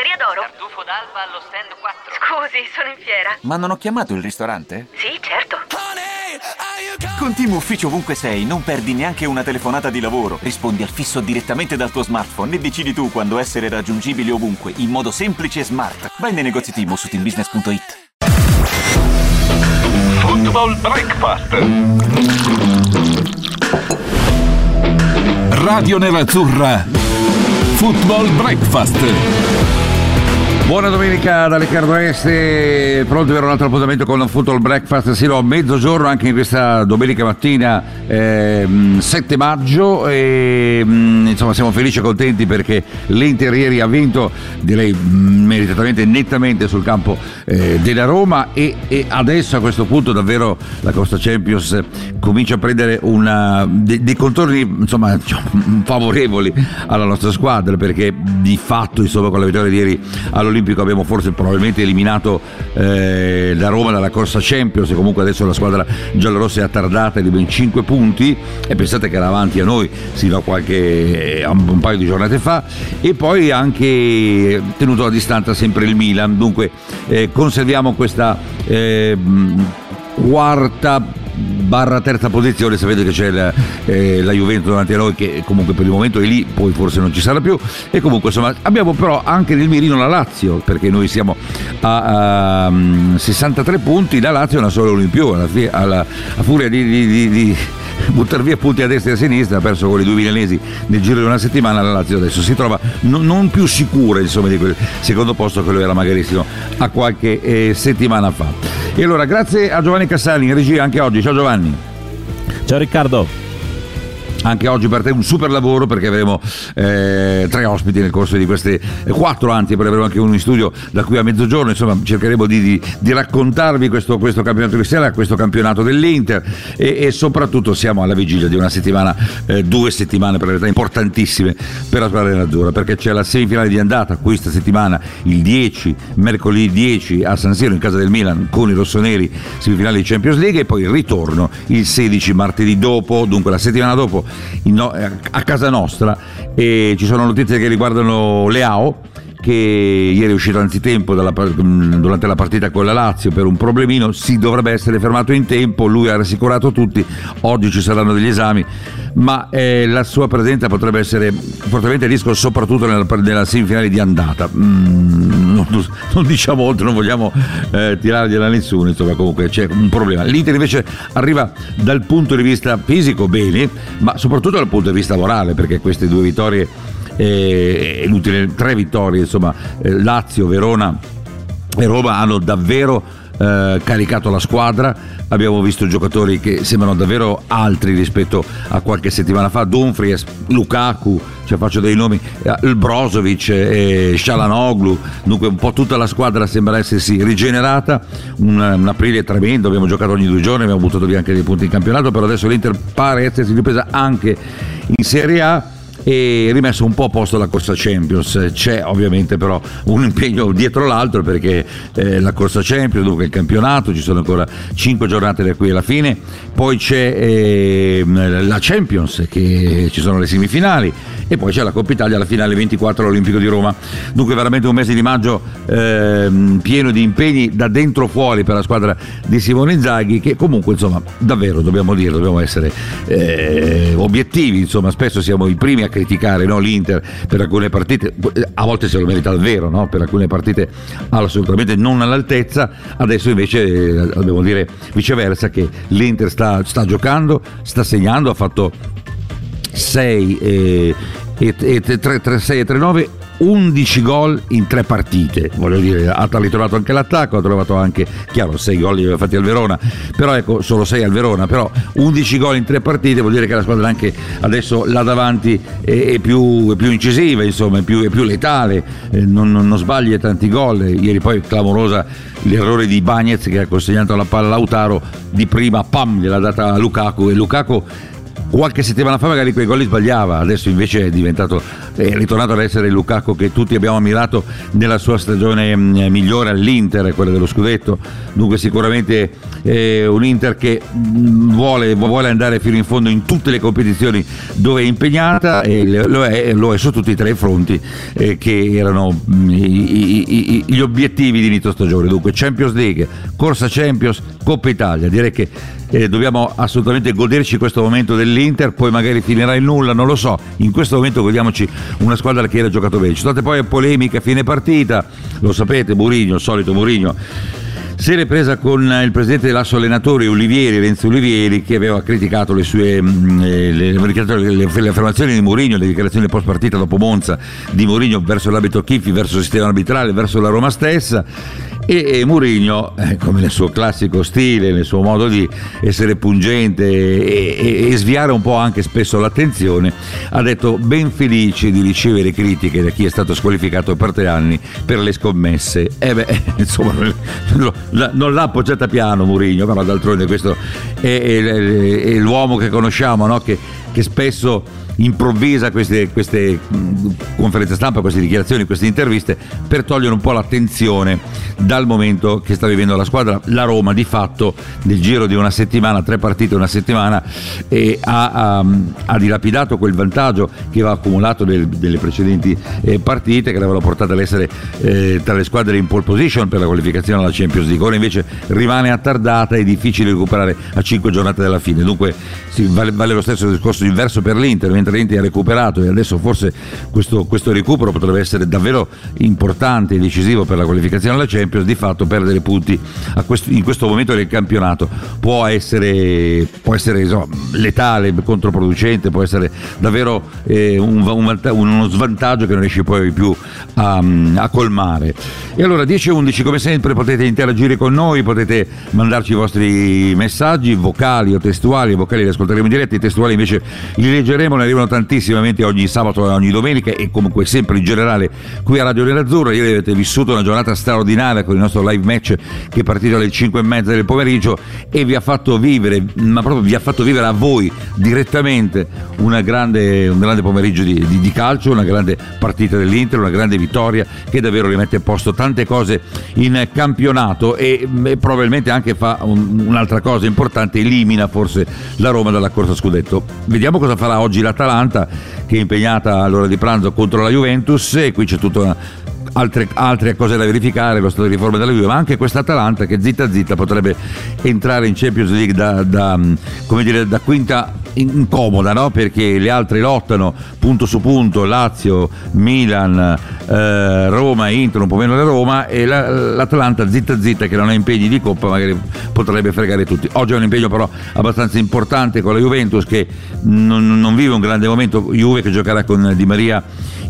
Osteria d'Oro. Tartufo d'alba allo stand 4. Scusi, sono in fiera. Ma non ho chiamato il ristorante? Sì, certo. Con Team Ufficio ovunque sei, non perdi neanche una telefonata di lavoro. Rispondi al fisso direttamente dal tuo smartphone e decidi tu quando essere raggiungibile ovunque, in modo semplice e smart. Vai nei negozi Team o su teambusiness.it. Football Breakfast. Radio Nerazzurra. Football Breakfast. Buona domenica da Riccardo Este, pronti per un altro appuntamento con il Football Breakfast sino a mezzogiorno anche in questa domenica mattina 7 maggio e insomma siamo felici e contenti perché l'Inter ieri ha vinto, direi meritatamente, nettamente sul campo della Roma e adesso a questo punto davvero la Costa Champions comincia a prendere dei contorni insomma favorevoli alla nostra squadra, perché di fatto insomma con la vittoria di ieri all'Olimpico abbiamo forse probabilmente eliminato la Roma dalla Corsa Champions e comunque adesso la squadra giallorossa è attardata di ben 5 punti e pensate che era avanti a noi sino a un paio di giornate fa, e poi anche tenuto a distanza sempre il Milan. Dunque conserviamo questa quarta terza posizione. Sapete che c'è la Juventus davanti a noi che comunque per il momento è lì, poi forse non ci sarà più, e comunque insomma abbiamo però anche nel mirino la Lazio, perché noi siamo a 63 punti, la Lazio è una sola in più, a furia di buttare via punti a destra e a sinistra, ha perso con i due milanesi nel giro di una settimana. La Lazio adesso si trova non più sicura insomma di quel secondo posto che lo era magari sino a qualche settimana fa. E allora grazie a Giovanni Cassani in regia anche oggi. Ciao Giovanni. Ciao Riccardo. Anche oggi per te un super lavoro, perché avremo 3 ospiti nel corso di queste 4, anzi poi avremo anche uno in studio da qui a mezzogiorno. Insomma cercheremo di raccontarvi questo campionato di sera, questo campionato dell'Inter e soprattutto siamo alla vigilia di una settimana, 2 settimane per la verità importantissime per la squadra nerazzurra, perché c'è la semifinale di andata questa settimana il 10, mercoledì 10 a San Siro in casa del Milan con i rossoneri, semifinale di Champions League, e poi il ritorno il 16 martedì dopo, dunque la settimana dopo a casa nostra. E ci sono notizie che riguardano Leao, che ieri è uscito anzitempo durante la partita con la Lazio per un problemino, si dovrebbe essere fermato in tempo, lui ha rassicurato tutti, oggi ci saranno degli esami, ma la sua presenza potrebbe essere fortemente a rischio soprattutto nella semifinale di andata. Non diciamo oltre, non vogliamo tirargliela a nessuno, insomma comunque c'è un problema. L'Inter invece arriva dal punto di vista fisico bene, ma soprattutto dal punto di vista morale, perché queste 2 vittorie l'utile 3 vittorie insomma, Lazio, Verona e Roma hanno davvero caricato la squadra. Abbiamo visto giocatori che sembrano davvero altri rispetto a qualche settimana fa, Dumfries, Lukaku, cioè faccio dei nomi, Brozovic, Çalhanoğlu, dunque un po' tutta la squadra sembra essersi rigenerata. Un aprile tremendo, abbiamo giocato ogni 2 giorni, abbiamo buttato via anche dei punti in campionato, però adesso l'Inter pare essersi ripresa anche in Serie A e rimesso un po' a posto la Corsa Champions. C'è ovviamente però un impegno dietro l'altro, perché la Corsa Champions, dunque il campionato, ci sono ancora 5 giornate da qui alla fine, poi c'è la Champions, che ci sono le semifinali, e poi c'è la Coppa Italia, la finale 24 all'Olimpico di Roma. Dunque veramente un mese di maggio pieno di impegni da dentro fuori per la squadra di Simone Inzaghi, che comunque insomma davvero dobbiamo essere obiettivi, insomma spesso siamo i primi a criticare, no, l'Inter per alcune partite, a volte se lo merita davvero, no? Per alcune partite assolutamente non all'altezza. Adesso invece dobbiamo dire viceversa, che l'Inter sta giocando, sta segnando, ha fatto 6 e 3-9 11 gol in 3 partite, voglio dire, ha ritrovato anche l'attacco, ha trovato anche, chiaro, 6 gol li aveva fatti al Verona, però ecco, solo 6 al Verona, però 11 gol in 3 partite vuol dire che la squadra anche adesso là davanti è più incisiva, insomma, è più letale, non sbaglia tanti gol. Ieri poi clamorosa l'errore di Bagnez che ha consegnato la palla a Lautaro, di prima gliel'ha data a Lukaku, e Lukaku qualche settimana fa magari quei gol li sbagliava, adesso invece è diventato è ritornato ad essere il Lukaku che tutti abbiamo ammirato nella sua stagione migliore all'Inter, quella dello scudetto. Dunque sicuramente un Inter che vuole andare fino in fondo in tutte le competizioni dove è impegnata, e lo è su tutti i tre fronti che erano gli obiettivi di inizio stagione. Dunque Champions League, Corsa Champions, Coppa Italia. Direi che dobbiamo assolutamente goderci questo momento dell'Inter, poi magari finirà in nulla, non lo so. In questo momento godiamoci una squadra che era giocato bene. Ci sono state poi polemiche a fine partita, lo sapete, Mourinho, il solito Mourinho si è presa con il presidente dell'Asso Allenatori Renzo Olivieri, che aveva criticato le affermazioni di Mourinho, le dichiarazioni post partita dopo Monza di Mourinho verso l'arbitro Chiffi, verso il sistema arbitrale, verso la Roma stessa. E Mourinho, come nel suo classico stile, nel suo modo di essere pungente e sviare un po' anche spesso l'attenzione, ha detto ben felice di ricevere critiche da chi è stato squalificato per 3 anni per le scommesse. Insomma, non l'ha appoggiata piano Mourinho, però d'altronde questo è l'uomo che conosciamo, no? Che spesso improvvisa queste conferenze stampa, queste dichiarazioni, queste interviste per togliere un po' l'attenzione dal momento che sta vivendo la squadra. La Roma di fatto nel giro di una settimana, 3 partite una settimana, ha dilapidato quel vantaggio che aveva accumulato delle precedenti partite, che l'avevano portato ad essere tra le squadre in pole position per la qualificazione alla Champions League. Ora invece rimane attardata e difficile recuperare a 5 giornate dalla fine. Dunque vale lo stesso discorso inverso per l'Inter. Mentre l'Inter ha recuperato, e adesso forse questo recupero potrebbe essere davvero importante e decisivo per la qualificazione alla Champions, di fatto perdere punti in questo momento del campionato può essere letale, controproducente, può essere davvero uno svantaggio che non riesci poi più a colmare. E allora 10-11, come sempre potete interagire con noi, potete mandarci i vostri messaggi vocali o testuali. I vocali li ascolteremo in diretta, i testuali invece li leggeremo. Ne arrivano tantissimamente ogni sabato e ogni domenica, e comunque sempre in generale qui a Radio Nerazzurra. Ieri avete vissuto una giornata straordinaria con il nostro live match che è partito alle 5:30 del pomeriggio e vi ha fatto vivere, ma proprio vi ha fatto vivere a voi direttamente un grande pomeriggio di calcio, una grande partita dell'Inter, una grande vittoria che davvero rimette a posto tante cose in campionato e probabilmente anche fa un'altra cosa importante: elimina forse la Roma dalla corsa scudetto. Vediamo cosa farà oggi l'Atalanta, che è impegnata all'ora di pranzo contro la Juventus, e qui c'è tutta altre cose da verificare, lo stato di riforma della Juve, ma anche questa Atalanta che zitta potrebbe entrare in Champions League da quinta incomoda, no? Perché le altre lottano punto su punto, Lazio, Milan, Roma e Inter, un po' meno la Roma, e l'Atalanta zitta che non ha impegni di Coppa, magari potrebbe fregare tutti. Oggi è un impegno però abbastanza importante con la Juventus, che non vive un grande momento. Juve che giocherà con Di Maria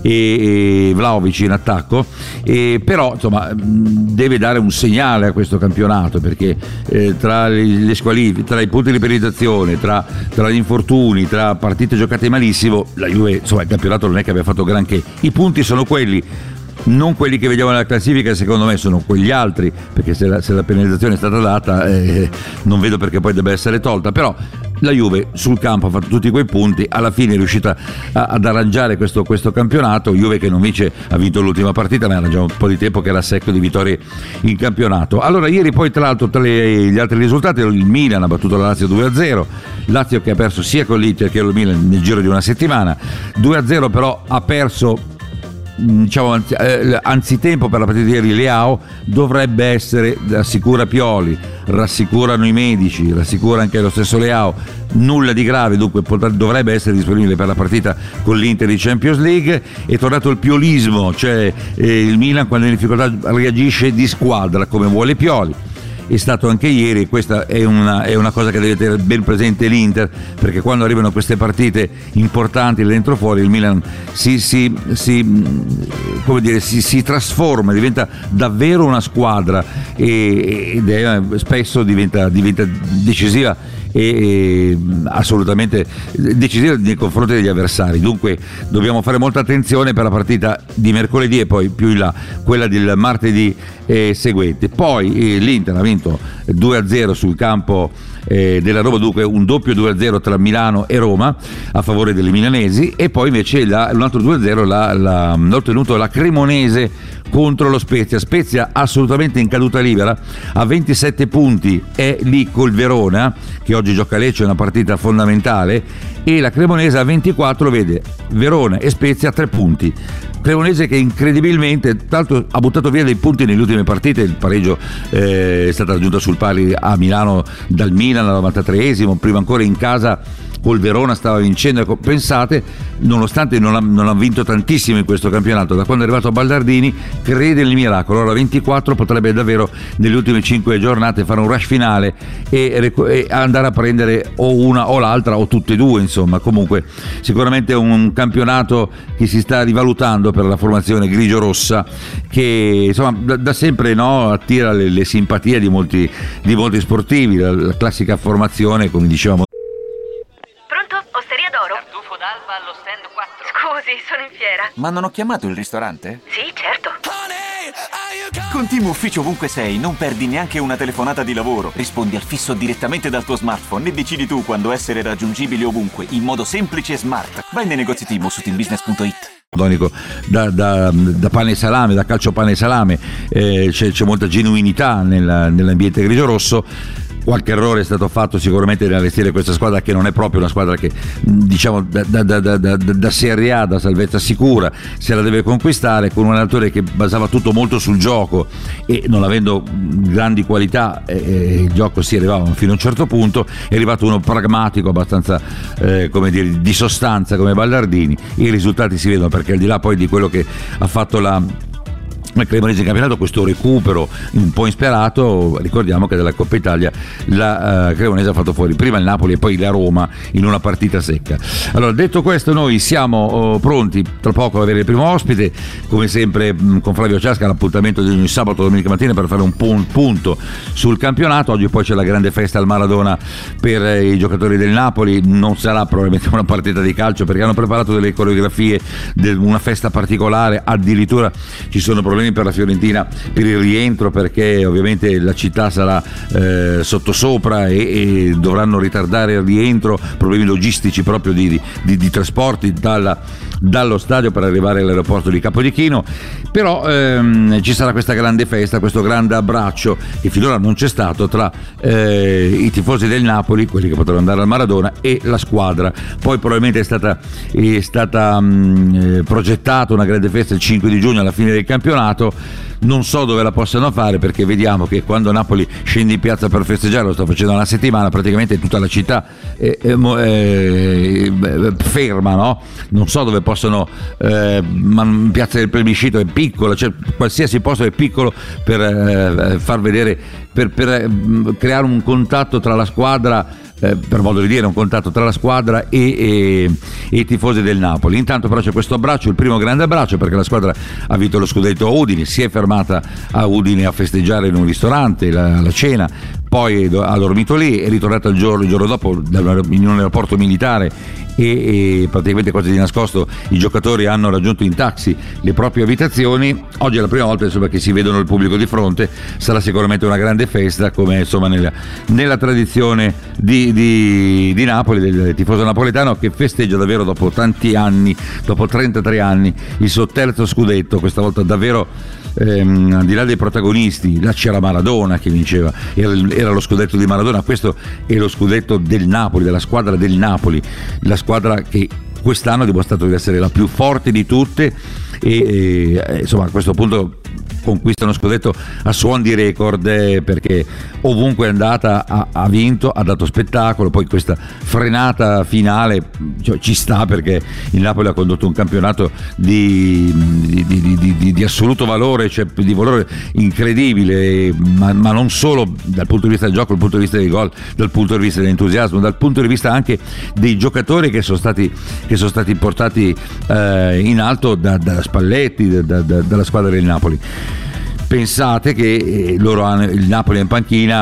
e Vlahovic in attacco, però insomma deve dare un segnale a questo campionato, perché tra le squalifiche, tra i punti di penalizzazione, tra gli infortuni, tra partite giocate malissimo, la Juve, insomma, il campionato non è che abbia fatto granché. I punti sono quelli, non quelli che vediamo nella classifica, secondo me sono quegli altri, perché se la penalizzazione è stata data non vedo perché poi debba essere tolta. Però la Juve sul campo ha fatto tutti quei punti, alla fine è riuscita ad arrangiare questo campionato. Juve che non vince, ha vinto l'ultima partita, ma era già un po' di tempo che era secco di vittorie in campionato. Allora ieri poi tra l'altro tra gli altri risultati il Milan ha battuto la Lazio 2-0, Lazio che ha perso sia con l'Inter che con il Milan nel giro di una settimana. 2-0 però ha perso, diciamo, anzitempo per la partita di ieri. Leao dovrebbe essere, rassicura Pioli, rassicurano i medici, rassicura anche lo stesso Leao, nulla di grave, dunque dovrebbe essere disponibile per la partita con l'Inter di Champions League. È tornato il piolismo, cioè il Milan quando è in difficoltà reagisce di squadra come vuole Pioli. È stato anche ieri, e questa è una cosa che deve tenere ben presente l'Inter, perché quando arrivano queste partite importanti dentro fuori il Milan si trasforma, diventa davvero una squadra, ed spesso diventa decisiva e assolutamente decisiva nei confronti degli avversari. Dunque dobbiamo fare molta attenzione per la partita di mercoledì e poi più in là quella del martedì seguente. Poi l'Inter ha vinto 2-0 sul campo della Roma, dunque un doppio 2-0 tra Milano e Roma a favore delle milanesi, e poi invece un altro 2-0 l'ha ottenuto la Cremonese contro lo Spezia assolutamente in caduta libera, a 27 punti è lì col Verona che oggi gioca a Lecce, una partita fondamentale, e la Cremonese a 24 vede Verona e Spezia a 3 punti. Cremonese che incredibilmente tanto ha buttato via dei punti nelle ultime partite. Il pareggio è stato raggiunto sul pari a Milano dal Milan al 93esimo, prima ancora in casa col Verona stava vincendo. Pensate, nonostante non ha vinto tantissimo in questo campionato, da quando è arrivato Ballardini crede nel miracolo. Ora 24 potrebbe davvero nelle ultime 5 giornate fare un rush finale e andare a prendere o una o l'altra o tutte e due, insomma. Comunque sicuramente un campionato che si sta rivalutando per la formazione grigio-rossa, che insomma da sempre attira le simpatie di molti sportivi, la classica formazione, come dicevamo. Osteria d'oro? Tartufo d'alba allo stand 4. Scusi, sono in fiera. Ma non ho chiamato il ristorante? Sì, certo. Con Team Ufficio ovunque sei non perdi neanche una telefonata di lavoro. Rispondi al fisso direttamente dal tuo smartphone e decidi tu quando essere raggiungibile ovunque, in modo semplice e smart. Vai nei negozi Team su teambusiness.it. Da pane e salame, da calcio pane e salame, c'è molta genuinità nell'ambiente grigio-rosso. Qualche errore è stato fatto sicuramente nell'allestire questa squadra, che non è proprio una squadra che diciamo da Serie A, da salvezza sicura, se la deve conquistare, con un allenatore che basava tutto molto sul gioco e non avendo grandi qualità il gioco si arrivava fino a un certo punto. È arrivato uno pragmatico abbastanza di sostanza come Ballardini. I risultati si vedono, perché al di là poi di quello che ha fatto la Cremonese in campionato, questo recupero un po' insperato, ricordiamo che dalla Coppa Italia la Cremonese ha fatto fuori prima il Napoli e poi la Roma in una partita secca. Allora, detto questo, noi siamo pronti tra poco ad avere il primo ospite, come sempre con Flavio Ciasca, l'appuntamento di ogni sabato e domenica mattina per fare un punto sul campionato. Oggi poi c'è la grande festa al Maradona per i giocatori del Napoli. Non sarà probabilmente una partita di calcio, perché hanno preparato delle coreografie, una festa particolare, addirittura ci sono problemi per la Fiorentina per il rientro, perché ovviamente la città sarà sottosopra e dovranno ritardare il rientro, problemi logistici proprio di trasporti dallo stadio per arrivare all'aeroporto di Capodichino. Però ci sarà questa grande festa, questo grande abbraccio che finora non c'è stato tra i tifosi del Napoli, quelli che potranno andare al Maradona, e la squadra. Poi probabilmente è stata progettata una grande festa il 5 di giugno alla fine del campionato. Non so dove la possano fare, perché vediamo che quando Napoli scende in piazza per festeggiare, lo sta facendo una settimana, praticamente tutta la città è ferma, no? Non so dove possono, ma piazza del Plebiscito è piccola, cioè qualsiasi posto è piccolo per far vedere, per creare un contatto tra la squadra, per modo di dire, un contatto tra la squadra e i tifosi del Napoli. Intanto però c'è questo abbraccio, il primo grande abbraccio, perché la squadra ha vinto lo scudetto a Udine, si è fermata a Udine a festeggiare in un ristorante la cena, poi ha dormito lì, è ritornata il giorno dopo in un aeroporto militare e praticamente quasi di nascosto i giocatori hanno raggiunto in taxi le proprie abitazioni. Oggi è la prima volta che si vedono il pubblico di fronte, sarà sicuramente una grande festa, come insomma nella tradizione di Napoli, del tifoso napoletano, che festeggia davvero dopo tanti anni, dopo 33 anni, il suo terzo scudetto, questa volta davvero. Al di là dei protagonisti, là c'era Maradona che vinceva, era lo scudetto di Maradona. Questo è lo scudetto del Napoli, della squadra del Napoli, la squadra che quest'anno ha dimostrato di essere la più forte di tutte e insomma a questo punto conquista uno scudetto a suon di record, perché ovunque è andata ha vinto, ha dato spettacolo. Poi questa frenata finale ci sta, perché il Napoli ha condotto un campionato di assoluto valore, cioè di valore incredibile, ma non solo dal punto di vista del gioco, dal punto di vista dei gol, dal punto di vista dell'entusiasmo, dal punto di vista anche dei giocatori che sono stati portati in alto da Spalletti, dalla squadra del Napoli. Pensate che il Napoli è in panchina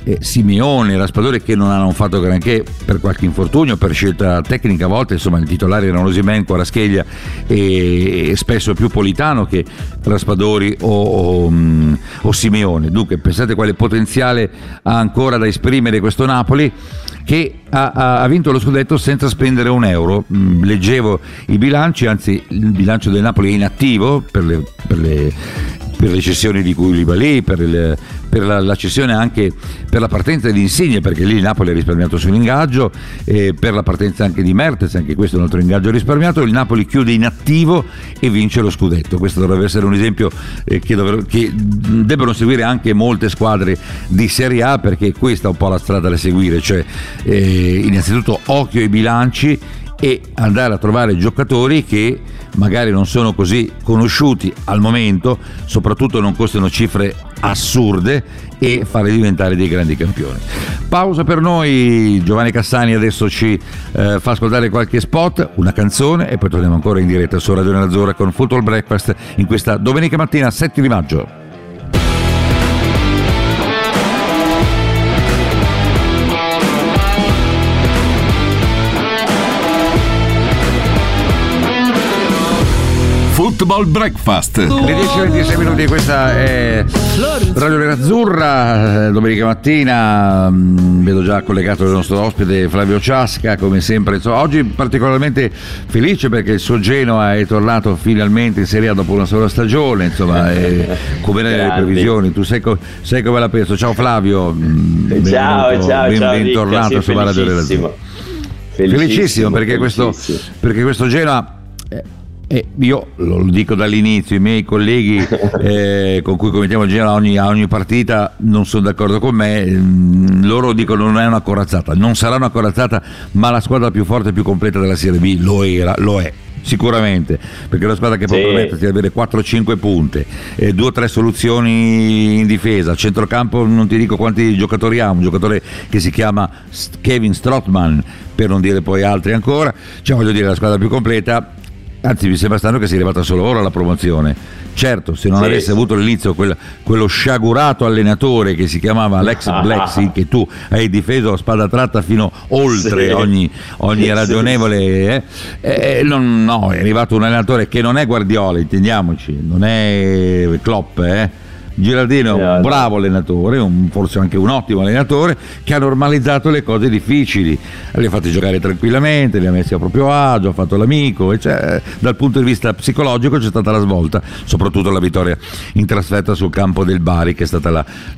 Simeone, Raspadori, che non hanno fatto granché per qualche infortunio, per scelta tecnica a volte, insomma i titolari erano Osimhen, Kvaratskhelia e spesso più Politano che Raspadori o Simeone. Dunque pensate quale potenziale ha ancora da esprimere questo Napoli, che ha vinto lo scudetto senza spendere un euro. Leggevo i bilanci, anzi il bilancio del Napoli è inattivo per le cessioni di Koulibaly, per la cessione anche per la partenza di Insigne, perché lì il Napoli ha risparmiato sull'ingaggio, per la partenza anche di Mertens, anche questo è un altro ingaggio risparmiato. Il Napoli chiude in attivo e vince lo scudetto. Questo dovrebbe essere un esempio che debbono seguire anche molte squadre di Serie A, perché questa è un po' la strada da seguire, cioè innanzitutto occhio ai bilanci e andare a trovare giocatori che magari non sono così conosciuti al momento, soprattutto non costano cifre assurde, e farli diventare dei grandi campioni. Pausa per noi. Giovanni Cassani adesso ci fa ascoltare qualche spot, una canzone, e poi torniamo ancora in diretta su Radio Nerazzurra con Football Breakfast in questa domenica mattina 7 di maggio. Football Breakfast. Le 10:26 minuti, questa è Radio Nerazzurra, domenica mattina. Vedo già collegato il nostro ospite Flavio Ciasca, come sempre. Insomma, oggi particolarmente felice perché il suo Genoa è tornato finalmente in Serie A dopo una sola stagione, insomma, come nelle previsioni. Tu sai come la penso. Ciao Flavio. Ciao, bentornato su Radio Nerazzurra. Felicissimo perché questo Genoa, io lo dico dall'inizio, i miei colleghi con cui commentiamo il Genoa a ogni partita non sono d'accordo con me. Loro dicono non è una corazzata, non sarà una corazzata, ma la squadra più forte e più completa della Serie B lo è sicuramente, perché è una squadra che può permettersi di avere 4-5 punte, 2 o 3 soluzioni in difesa, centrocampo non ti dico quanti giocatori ha, un giocatore che si chiama Kevin Strootman, per non dire poi altri ancora, cioè voglio dire la squadra più completa. Anzi, mi sembra strano che sia arrivata solo ora alla promozione. Certo, se non avesse avuto all'inizio quello sciagurato allenatore che si chiamava Alex Blacksey, che tu hai difeso a spada tratta fino oltre ogni ragionevole, no, è arrivato un allenatore che non è Guardiola, intendiamoci, non è Klopp, Giraldino è un bravo allenatore, forse anche un ottimo allenatore, che ha normalizzato le cose difficili, li ha fatti giocare tranquillamente, li ha messi a proprio agio, ha fatto l'amico, e dal punto di vista psicologico c'è stata la svolta, soprattutto la vittoria in trasferta sul campo del Bari, che è stata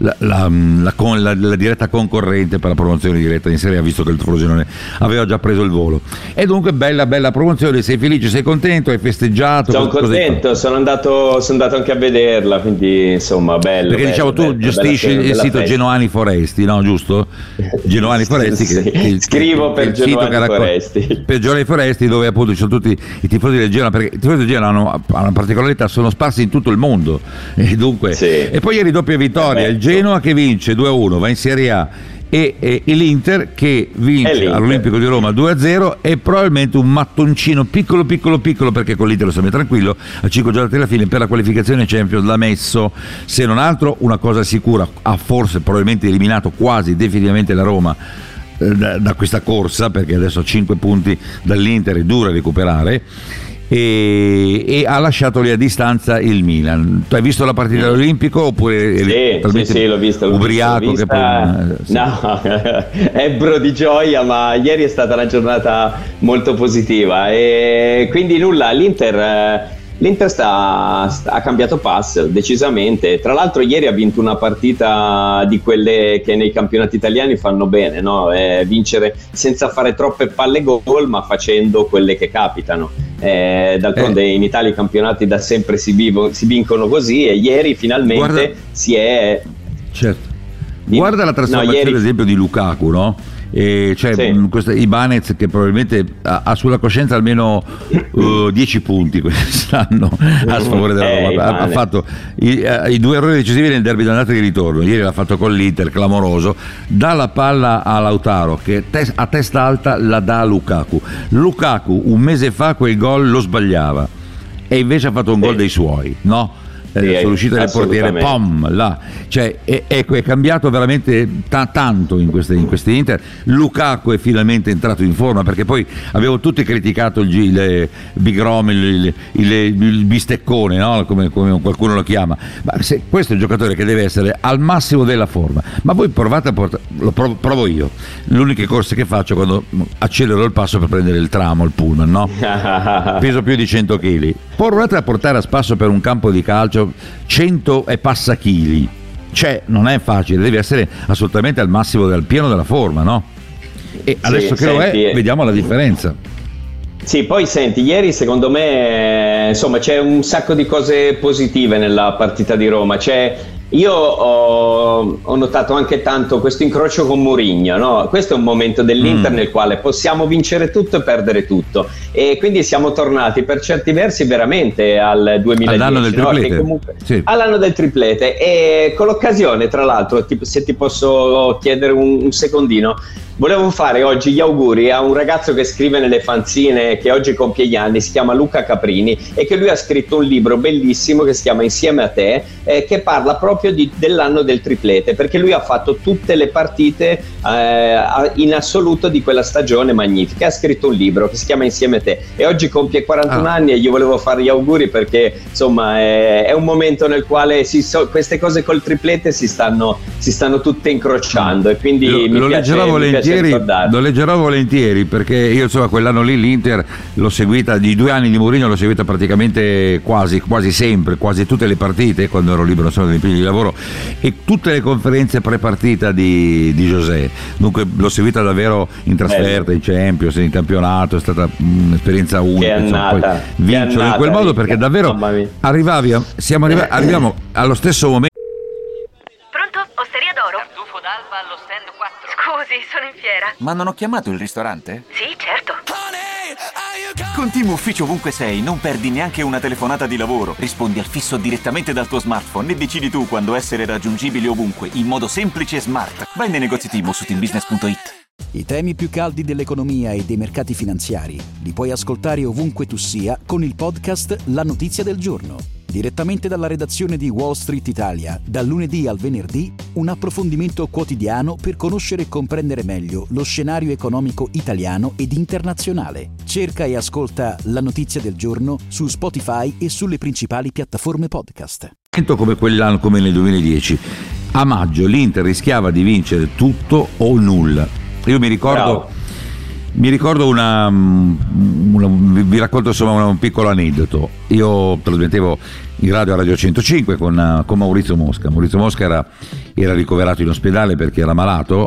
la diretta concorrente per la promozione diretta in Serie A, visto che il Frosinone aveva già preso il volo. E dunque bella promozione, sei felice, sei contento, hai festeggiato? Sono contento, sono andato anche a vederla, quindi insomma bello. Perché diciamo tu gestisci il sito Genoani Foresti, no, giusto? Genoani Foresti, sì. Scrivo per Genoani Foresti. Per Genoani Foresti, dove appunto ci sono tutti i tifosi del Genoa, perché i tifosi del Genoa hanno una particolarità, sono sparsi in tutto il mondo, e dunque e poi ieri doppia vittoria, il Genoa che vince 2-1, va in Serie A, e l'Inter che vince all'Olimpico di Roma 2-0, e probabilmente un mattoncino piccolo, perché con l'Inter lo sembra tranquillo, a 5 giornate alla fine per la qualificazione Champions l'ha messo, se non altro una cosa sicura, ha forse probabilmente eliminato quasi definitivamente la Roma da questa corsa, perché adesso a 5 punti dall'Inter è dura recuperare, e ha lasciato lì a distanza il Milan. Tu hai visto la partita dell'Olimpico oppure sì, l'ho vista, ubriaco? Che poi, no, ebbro di gioia, ma ieri è stata una giornata molto positiva, e quindi nulla, l'Inter ha cambiato passo decisamente. Tra l'altro ieri ha vinto una partita di quelle che nei campionati italiani fanno bene, no? Vincere senza fare troppe palle gol, ma facendo quelle che capitano. D'altronde in Italia i campionati da sempre si vincono così, e ieri finalmente si è... Certo. Guarda la trasformazione ad esempio di Lukaku, no? Questa Ibanez, che probabilmente ha sulla coscienza almeno 10 punti quest'anno a sfavore della Roma. Ha fatto i 2 errori decisivi nel derby d'andata e di ritorno. Ieri l'ha fatto con l'Inter, clamoroso. Dà la palla a Lautaro, che a testa alta la dà a Lukaku. Un mese fa quel gol lo sbagliava, e invece ha fatto un gol dei suoi, no? sull'uscita del portiere, pom, là. Cioè, è cambiato veramente tanto in queste Inter. Lukaku è finalmente entrato in forma, perché poi avevo tutti criticato il Big Rom, il bisteccone, no? come qualcuno lo chiama, ma questo è un giocatore che deve essere al massimo della forma. Ma voi provate a provo io, l'unica corsa che faccio quando accelero il passo per prendere il tram o il pullman, no? Peso più di 100 kg, provate a portare a spasso per un campo di calcio 100 e passa chili, cioè non è facile, devi essere assolutamente al massimo del pieno della forma, no? E adesso che lo è, vediamo la differenza. Sì, poi senti, ieri secondo me insomma c'è un sacco di cose positive nella partita di Roma. Io ho notato anche tanto questo incrocio con Mourinho, no? Questo è un momento dell'Inter nel quale possiamo vincere tutto e perdere tutto, e quindi siamo tornati per certi versi veramente al 2010, all'anno del triplete, che comunque, all'anno del triplete. E con l'occasione, tra l'altro, se ti posso chiedere un secondino, volevo fare oggi gli auguri a un ragazzo che scrive nelle fanzine, che oggi compie gli anni, si chiama Luca Caprini, e che lui ha scritto un libro bellissimo che si chiama Insieme a te, che parla proprio dell'anno del triplete, perché lui ha fatto tutte le partite in assoluto di quella stagione magnifica. Ha scritto un libro che si chiama Insieme a te e oggi compie 41 anni, e gli volevo fare gli auguri perché insomma è un momento nel quale queste cose col triplete si stanno tutte incrociando, e quindi lo leggerò volentieri, perché io insomma quell'anno lì l'Inter l'ho seguita, di 2 anni di Mourinho l'ho seguita praticamente quasi sempre, quasi tutte le partite quando ero libero, sono dei impegni di lavoro, e tutte le conferenze pre-partita di José. Dunque l'ho seguita davvero in trasferta, in Champions, in campionato, è stata un'esperienza unica. Poi vincere in quel modo, perché davvero arriviamo allo stesso momento. Pronto? Osteria d'Oro? Tartufo d'Alba allo stand 4. Scusi, sono in fiera. Ma non ho chiamato il ristorante? Sì, certo. Con Team Ufficio ovunque sei, non perdi neanche una telefonata di lavoro. Rispondi al fisso direttamente dal tuo smartphone e decidi tu quando essere raggiungibile ovunque, in modo semplice e smart. Vai nei negozi Team o su teambusiness.it. I temi più caldi dell'economia e dei mercati finanziari li puoi ascoltare ovunque tu sia con il podcast La Notizia del Giorno. Direttamente dalla redazione di Wall Street Italia, dal lunedì al venerdì, un approfondimento quotidiano per conoscere e comprendere meglio lo scenario economico italiano ed internazionale. Cerca e ascolta La Notizia del Giorno su Spotify e sulle principali piattaforme podcast. Come quell'anno, come nel 2010, a maggio l'Inter rischiava di vincere tutto o nulla. Io mi ricordo vi racconto insomma un piccolo aneddoto. Io trasmettevo in radio a Radio 105 con Maurizio Mosca. Maurizio Mosca era ricoverato in ospedale perché era malato,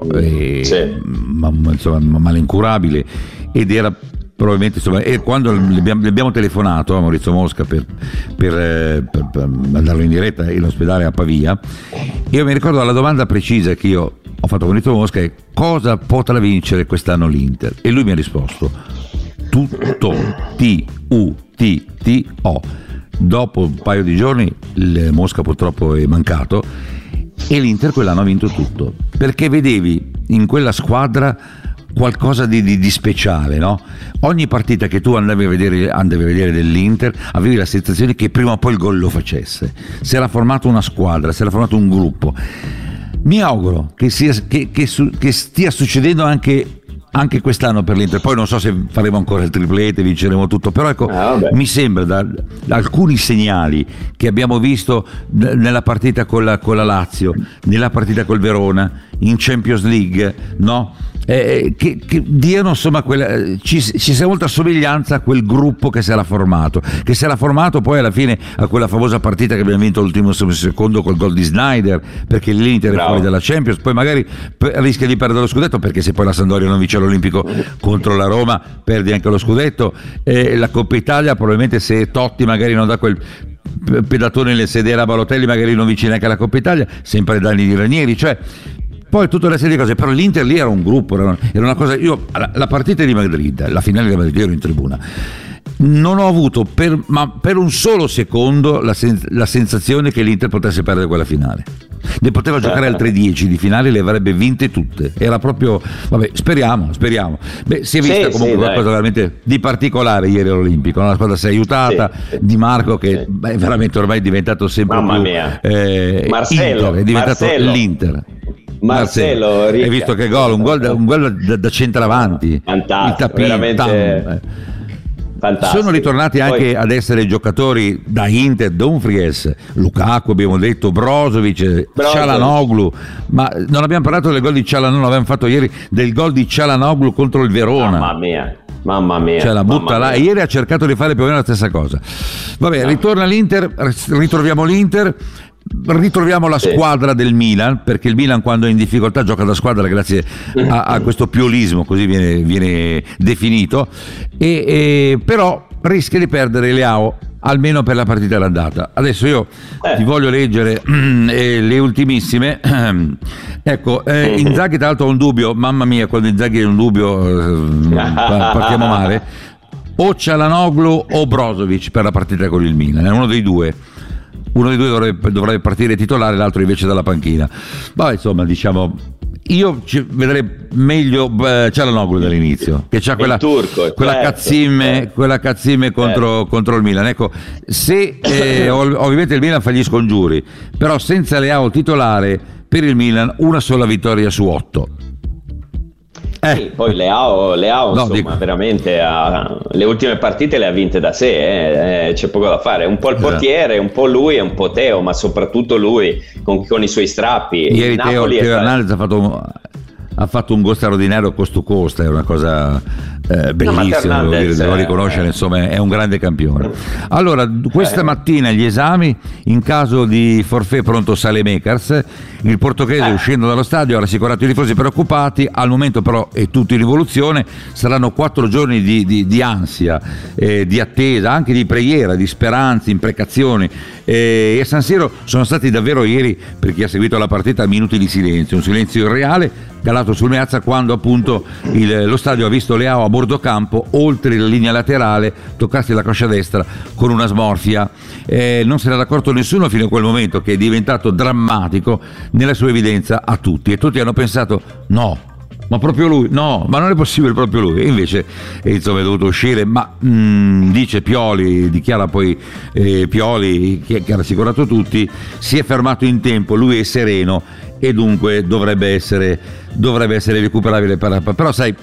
male incurabile, ed era probabilmente e quando le abbiamo telefonato a Maurizio Mosca per mandarlo in diretta in ospedale a Pavia, io mi ricordo la domanda precisa che io ho fatto a Maurizio Mosca è: cosa potrà vincere quest'anno l'Inter? E lui mi ha risposto tutto, T-U-T-T-O. Dopo un paio di giorni il Mosca purtroppo è mancato e l'Inter quell'anno ha vinto tutto, perché vedevi in quella squadra qualcosa di speciale, no? Ogni partita che tu andavi a vedere dell'Inter avevi la sensazione che prima o poi il gol lo facesse. Si era formata una squadra, si era formato un gruppo. Mi auguro che stia succedendo anche quest'anno per l'Inter. Poi non so se faremo ancora il triplete, vinceremo tutto, però ecco, mi sembra da alcuni segnali che abbiamo visto nella partita con la Lazio, nella partita col Verona, in Champions League, no? Che diano insomma ci sia molta somiglianza a quel gruppo che si era formato poi alla fine a quella famosa partita che abbiamo vinto l'ultimo secondo col gol di Snyder, perché l'Inter è fuori dalla Champions, poi magari rischia di perdere lo scudetto, perché se poi la Sampdoria non vince l'Olimpico contro la Roma perdi anche lo scudetto. La Coppa Italia probabilmente, se Totti magari non dà quel pedatone nel sedere a Balotelli, magari non vince neanche la Coppa Italia, sempre danni di Ranieri, cioè poi tutta una serie di cose. Però l'Inter lì era un gruppo, era una cosa. Io la partita di Madrid, la finale di Madrid, ero in tribuna non ho avuto per un solo secondo la sensazione che l'Inter potesse perdere quella finale. Ne poteva giocare altre 10 di finali, le avrebbe vinte tutte. Era proprio, vabbè, speriamo. Beh, si è vista comunque qualcosa veramente di particolare ieri all'Olimpico. La squadra si è aiutata, Di Marco che è veramente ormai diventato sempre più Marcelo, Inter, è diventato l'Inter. Marcelo, hai visto che gol, un gol da centravanti, fantastico, veramente fantastico. Sono ritornati anche ad essere giocatori da Inter, Dumfries, Lukaku, abbiamo detto, Brozovic, Çalhanoğlu, ma non abbiamo parlato del gol di Çalhanoğlu, l'abbiamo fatto ieri, del gol di Çalhanoğlu contro il Verona. Mamma mia, cioè la butta là, e ieri ha cercato di fare più o meno la stessa cosa. Vabbè, ritorna l'Inter, ritroviamo l'Inter. Ritroviamo la squadra del Milan, perché il Milan quando è in difficoltà gioca da squadra grazie a questo piolismo, così viene definito, e però rischia di perdere Leao almeno per la partita d'andata. Adesso io ti voglio leggere le ultimissime. Ecco, Inzaghi tra l'altro ha un dubbio, mamma mia, quando Inzaghi è un dubbio partiamo male, o Çalhanoğlu o Brozovic per la partita con il Milan, è uno dei due dovrebbe partire titolare, l'altro invece dalla panchina. Ma insomma, diciamo, io vedrei meglio Çalhanoğlu dall'inizio, che c'ha quella cazzime contro il Milan. Ecco, se ovviamente il Milan fa gli scongiuri, però senza Leao titolare per il Milan una sola vittoria su 8. Sì, poi Leao insomma, veramente le ultime partite le ha vinte da sé, c'è poco da fare, un po' il portiere, un po' lui e un po' Teo, ma soprattutto lui con i suoi strappi. Ieri Teo Hernandez ha fatto un gol straordinario costo costa, è una cosa bellissima, devo riconoscere, insomma è un grande campione. Allora, questa mattina gli esami, in caso di forfait pronto Saelemaekers, il portoghese uscendo dallo stadio ha rassicurato i tifosi preoccupati, al momento però è tutto in rivoluzione, saranno 4 giorni di ansia, di attesa, anche di preghiera, di speranze, imprecazioni, e a San Siro sono stati davvero ieri, per chi ha seguito la partita, minuti di silenzio, un silenzio irreale calato sul Meazza quando appunto lo stadio ha visto Leao a bordo campo, oltre la linea laterale, toccarsi la coscia destra con una smorfia. Non se n'era accorto nessuno fino a quel momento, che è diventato drammatico nella sua evidenza a tutti, e tutti hanno pensato no, ma proprio lui, no, ma non è possibile proprio lui, e invece insomma è dovuto uscire, ma dice Pioli, dichiara poi Pioli che ha rassicurato tutti, si è fermato in tempo, lui è sereno e dunque dovrebbe essere recuperabile, però sai,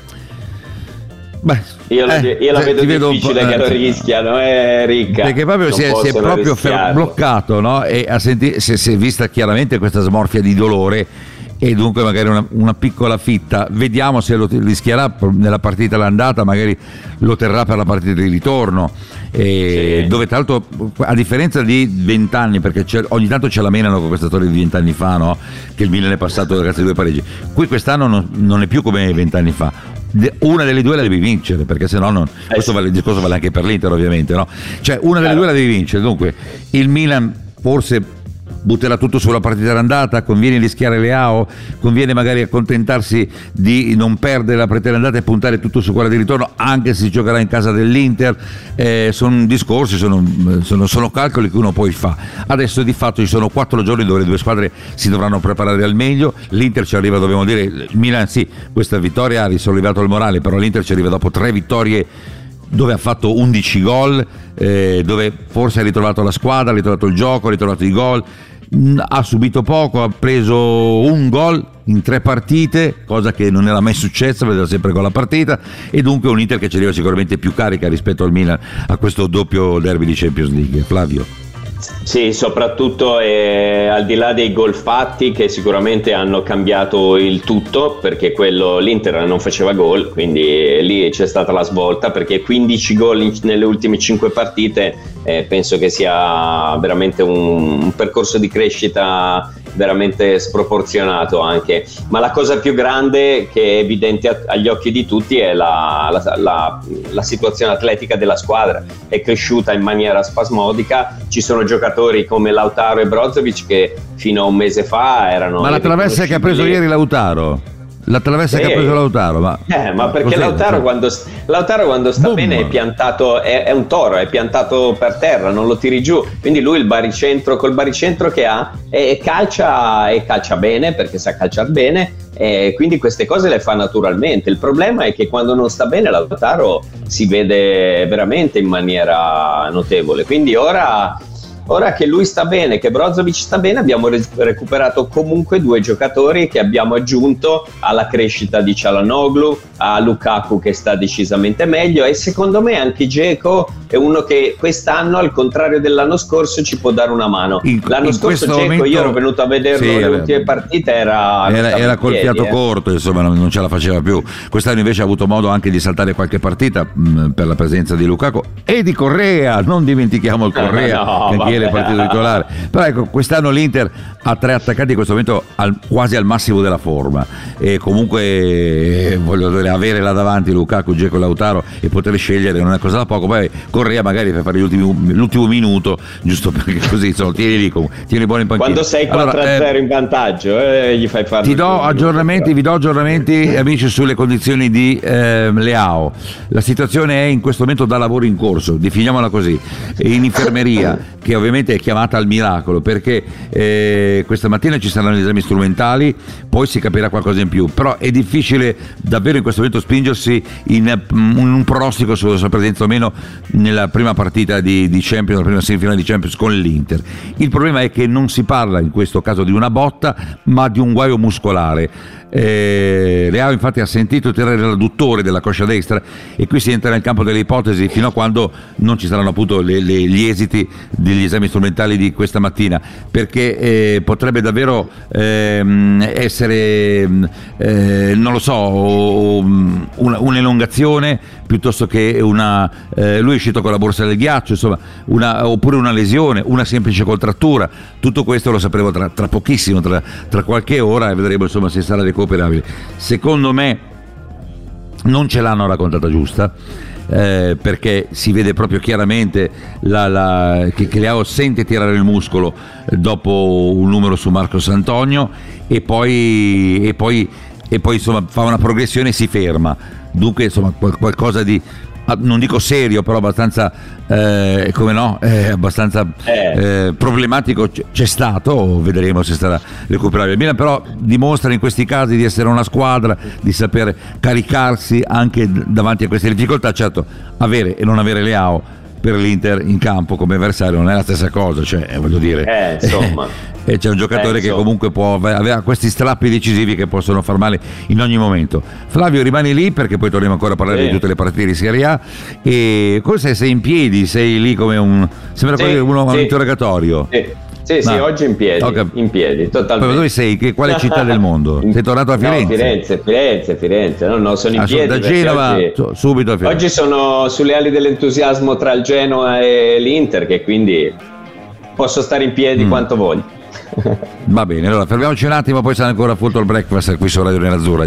io la vedo difficile che lo rischiano, Ricca, perché proprio si è proprio bloccato, no? E si è vista chiaramente questa smorfia di dolore, e dunque magari una piccola fitta, vediamo se lo rischierà nella partita l'andata, magari lo terrà per la partita di ritorno, dove tra l'altro, a differenza di 20 anni, perché ogni tanto ce la menano con questa storia di 20 anni fa, no? Che il Milan è passato grazie a 2 pareggi, qui quest'anno non è più come 20 anni fa, una delle due la devi vincere, perché se no questo il discorso vale anche per l'Inter ovviamente, no? Cioè una delle due la devi vincere, dunque il Milan forse butterà tutto sulla partita d'andata, conviene rischiare Leao, conviene magari accontentarsi di non perdere la partita d'andata e puntare tutto su quella di ritorno, anche se si giocherà in casa dell'Inter. Sono discorsi, sono calcoli che uno poi fa. Adesso di fatto ci sono 4 giorni dove le due squadre si dovranno preparare al meglio. L'Inter ci arriva, dobbiamo dire, il Milan sì, questa vittoria ha risollevato il morale, però l'Inter ci arriva dopo 3 vittorie dove ha fatto 11 gol, dove forse ha ritrovato la squadra, ha ritrovato il gioco, ha ritrovato i gol, ha subito poco, ha preso un gol in 3 partite, cosa che non era mai successa, vedeva sempre con la partita, e dunque un Inter che ci arriva sicuramente più carica rispetto al Milan a questo doppio derby di Champions League. Flavio? Sì, soprattutto al di là dei gol fatti, che sicuramente hanno cambiato il tutto, perché l'Inter non faceva gol, quindi lì c'è stata la svolta, perché 15 gol nelle ultime 5 partite penso che sia veramente un percorso di crescita veramente sproporzionato anche. Ma la cosa più grande, che è evidente agli occhi di tutti, è la situazione atletica della squadra. È cresciuta in maniera spasmodica, ci sono giocatori come Lautaro e Brozovic che fino a un mese fa erano... Ma la traversa che ha preso ieri Lautaro? La traversa che ha preso Lautaro, ma perché Lautaro quando sta bene è piantato, è un toro, è piantato per terra, non lo tiri giù, quindi lui col baricentro che ha calcia bene, perché sa calciar bene, e quindi queste cose le fa naturalmente. Il problema è che quando non sta bene Lautaro si vede veramente in maniera notevole, quindi ora che lui sta bene, che Brozovic sta bene, abbiamo recuperato comunque 2 giocatori che abbiamo aggiunto alla crescita di Çalhanoğlu, a Lukaku che sta decisamente meglio, e secondo me anche Dzeko è uno che quest'anno, al contrario dell'anno scorso, ci può dare una mano. L'anno scorso Dzeko, io ero venuto a vederlo le ultime partite, era col fiato corto, insomma non ce la faceva più. Quest'anno invece ha avuto modo anche di saltare qualche partita per la presenza di Lukaku e di Correa, non dimentichiamo il Correa, che anche è partito titolare. Però ecco, quest'anno l'Inter ha 3 attaccanti in questo momento quasi al massimo della forma, e comunque voglio dire, avere là davanti Lukaku, Dzeko e Lautaro e poter scegliere non è cosa da poco. Poi Correa magari per fare l'ultimo minuto, giusto perché così insomma, tieni lì, tieni buoni in panchina. Quando sei 4-0 in vantaggio, gli fai fare. Vi do aggiornamenti amici sulle condizioni di Leao. La situazione è in questo momento da lavoro in corso, definiamola così, in infermeria, che ovviamente è chiamata al miracolo, perché questa mattina ci saranno gli esami strumentali, poi si capirà qualcosa in più, però è difficile davvero in questo momento spingersi in un pronostico sulla sua presenza o meno nella prima partita di Champions, la prima semifinale di Champions con l'Inter. Il problema è che non si parla in questo caso di una botta, ma di un guaio muscolare. Leao infatti ha sentito tirare l'adduttore della coscia destra, e qui si entra nel campo delle ipotesi fino a quando non ci saranno appunto gli esiti degli esami strumentali di questa mattina, perché potrebbe davvero essere non lo so, un'elongazione piuttosto che lui è uscito con la borsa del ghiaccio, insomma, oppure una lesione, una semplice contrattura. Tutto questo lo sapremo tra pochissimo, tra qualche ora, e vedremo insomma se sarà recuperabile. Secondo me non ce l'hanno raccontata giusta, perché si vede proprio chiaramente che Leao sente tirare il muscolo dopo un numero su Marcos Antonio, e poi insomma fa una progressione e si ferma. Dunque insomma qualcosa di, non dico serio, però abbastanza abbastanza problematico c'è stato. Vedremo se sarà recuperabile. Il Milan però dimostra in questi casi di essere una squadra, di saper caricarsi anche davanti a queste difficoltà. Certo, avere e non avere Leao per l'Inter in campo come avversario non è la stessa cosa, cioè voglio dire, insomma. E c'è un giocatore che comunque può avere questi strappi decisivi che possono far male in ogni momento. Flavio, rimani lì perché poi torniamo ancora a parlare di tutte le partite di Serie A. E cosa sei in piedi? Sei lì come sembra quasi un interrogatorio. Sì, oggi in piedi, totalmente. Poi dove sei? Quale città del mondo? Sei tornato a Firenze? No, Firenze. No, sono in piedi. Da Genova subito a Firenze. Oggi sono sulle ali dell'entusiasmo tra il Genoa e l'Inter, che quindi posso stare in piedi quanto voglio. Va bene, allora fermiamoci un attimo, poi sarà ancora Football Breakfast qui su Radio Nerazzurra,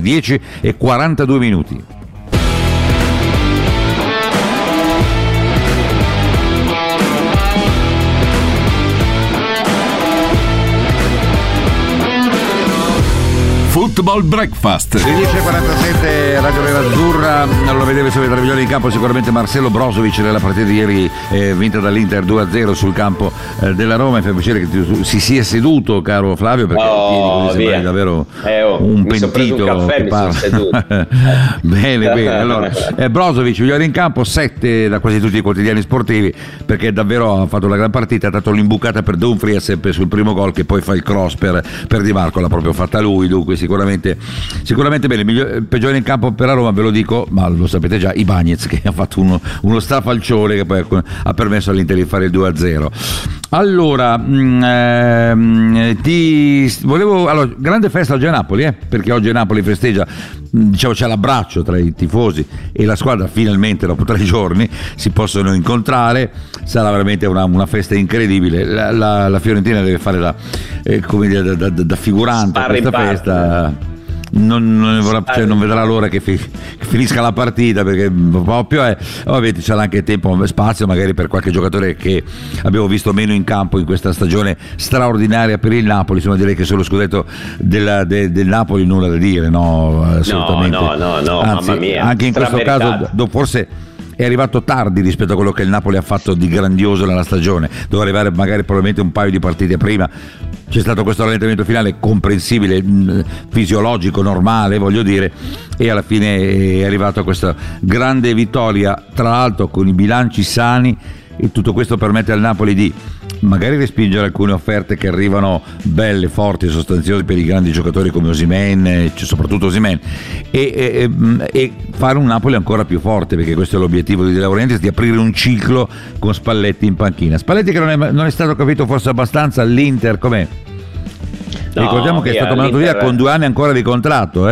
10:42. Football Breakfast. 10:47 Radio Nerazzurra. Lo vedete sulle traviglione in campo sicuramente Marcelo Brozovic nella partita di ieri vinta dall'Inter 2-0 sul campo della Roma. Mi fa piacere che si sia seduto, caro Flavio, perché così sembra davvero un pentito che parla. Bene. Allora, Brozovic migliore in campo, 7 da quasi tutti i quotidiani sportivi, perché davvero ha fatto una gran partita. Ha dato l'imbucata per Dumfries sul primo gol, che poi fa il cross per Di Marco, l'ha proprio fatta lui. Dunque sicuramente bene. Peggiore in campo per la Roma, ve lo dico, ma lo sapete già, Ibañez, che ha fatto uno strafalcione che poi ha permesso all'Inter di fare il 2-0. Allora, grande festa oggi a Napoli, perché oggi a Napoli festeggia, diciamo, c'è l'abbraccio tra i tifosi e la squadra, finalmente dopo 3 giorni si possono incontrare. Sarà veramente una festa incredibile. La Fiorentina deve fare da figurante a questa festa. non vedrà l'ora che finisca la partita, perché proprio ovviamente c'è anche tempo, spazio magari per qualche giocatore che abbiamo visto meno in campo in questa stagione straordinaria per il Napoli. Insomma, direi che sullo scudetto del Napoli nulla da dire, no? Assolutamente. No, anzi, mamma mia, anche in questo caso forse è arrivato tardi rispetto a quello che il Napoli ha fatto di grandioso nella stagione. Doveva arrivare magari probabilmente un paio di partite prima. C'è stato questo rallentamento finale comprensibile, fisiologico, normale, voglio dire, e alla fine è arrivato a questa grande vittoria, tra l'altro con i bilanci sani, e tutto questo permette al Napoli di magari respingere alcune offerte che arrivano belle, forti e sostanziose per i grandi giocatori come Osimhen, soprattutto Osimhen, e fare un Napoli ancora più forte, perché questo è l'obiettivo di De Laurentiis, di aprire un ciclo con Spalletti in panchina. Spalletti che non è stato capito forse abbastanza all'Inter, com'è? Ricordiamo che è stato mandato via con 2 anni ancora di contratto,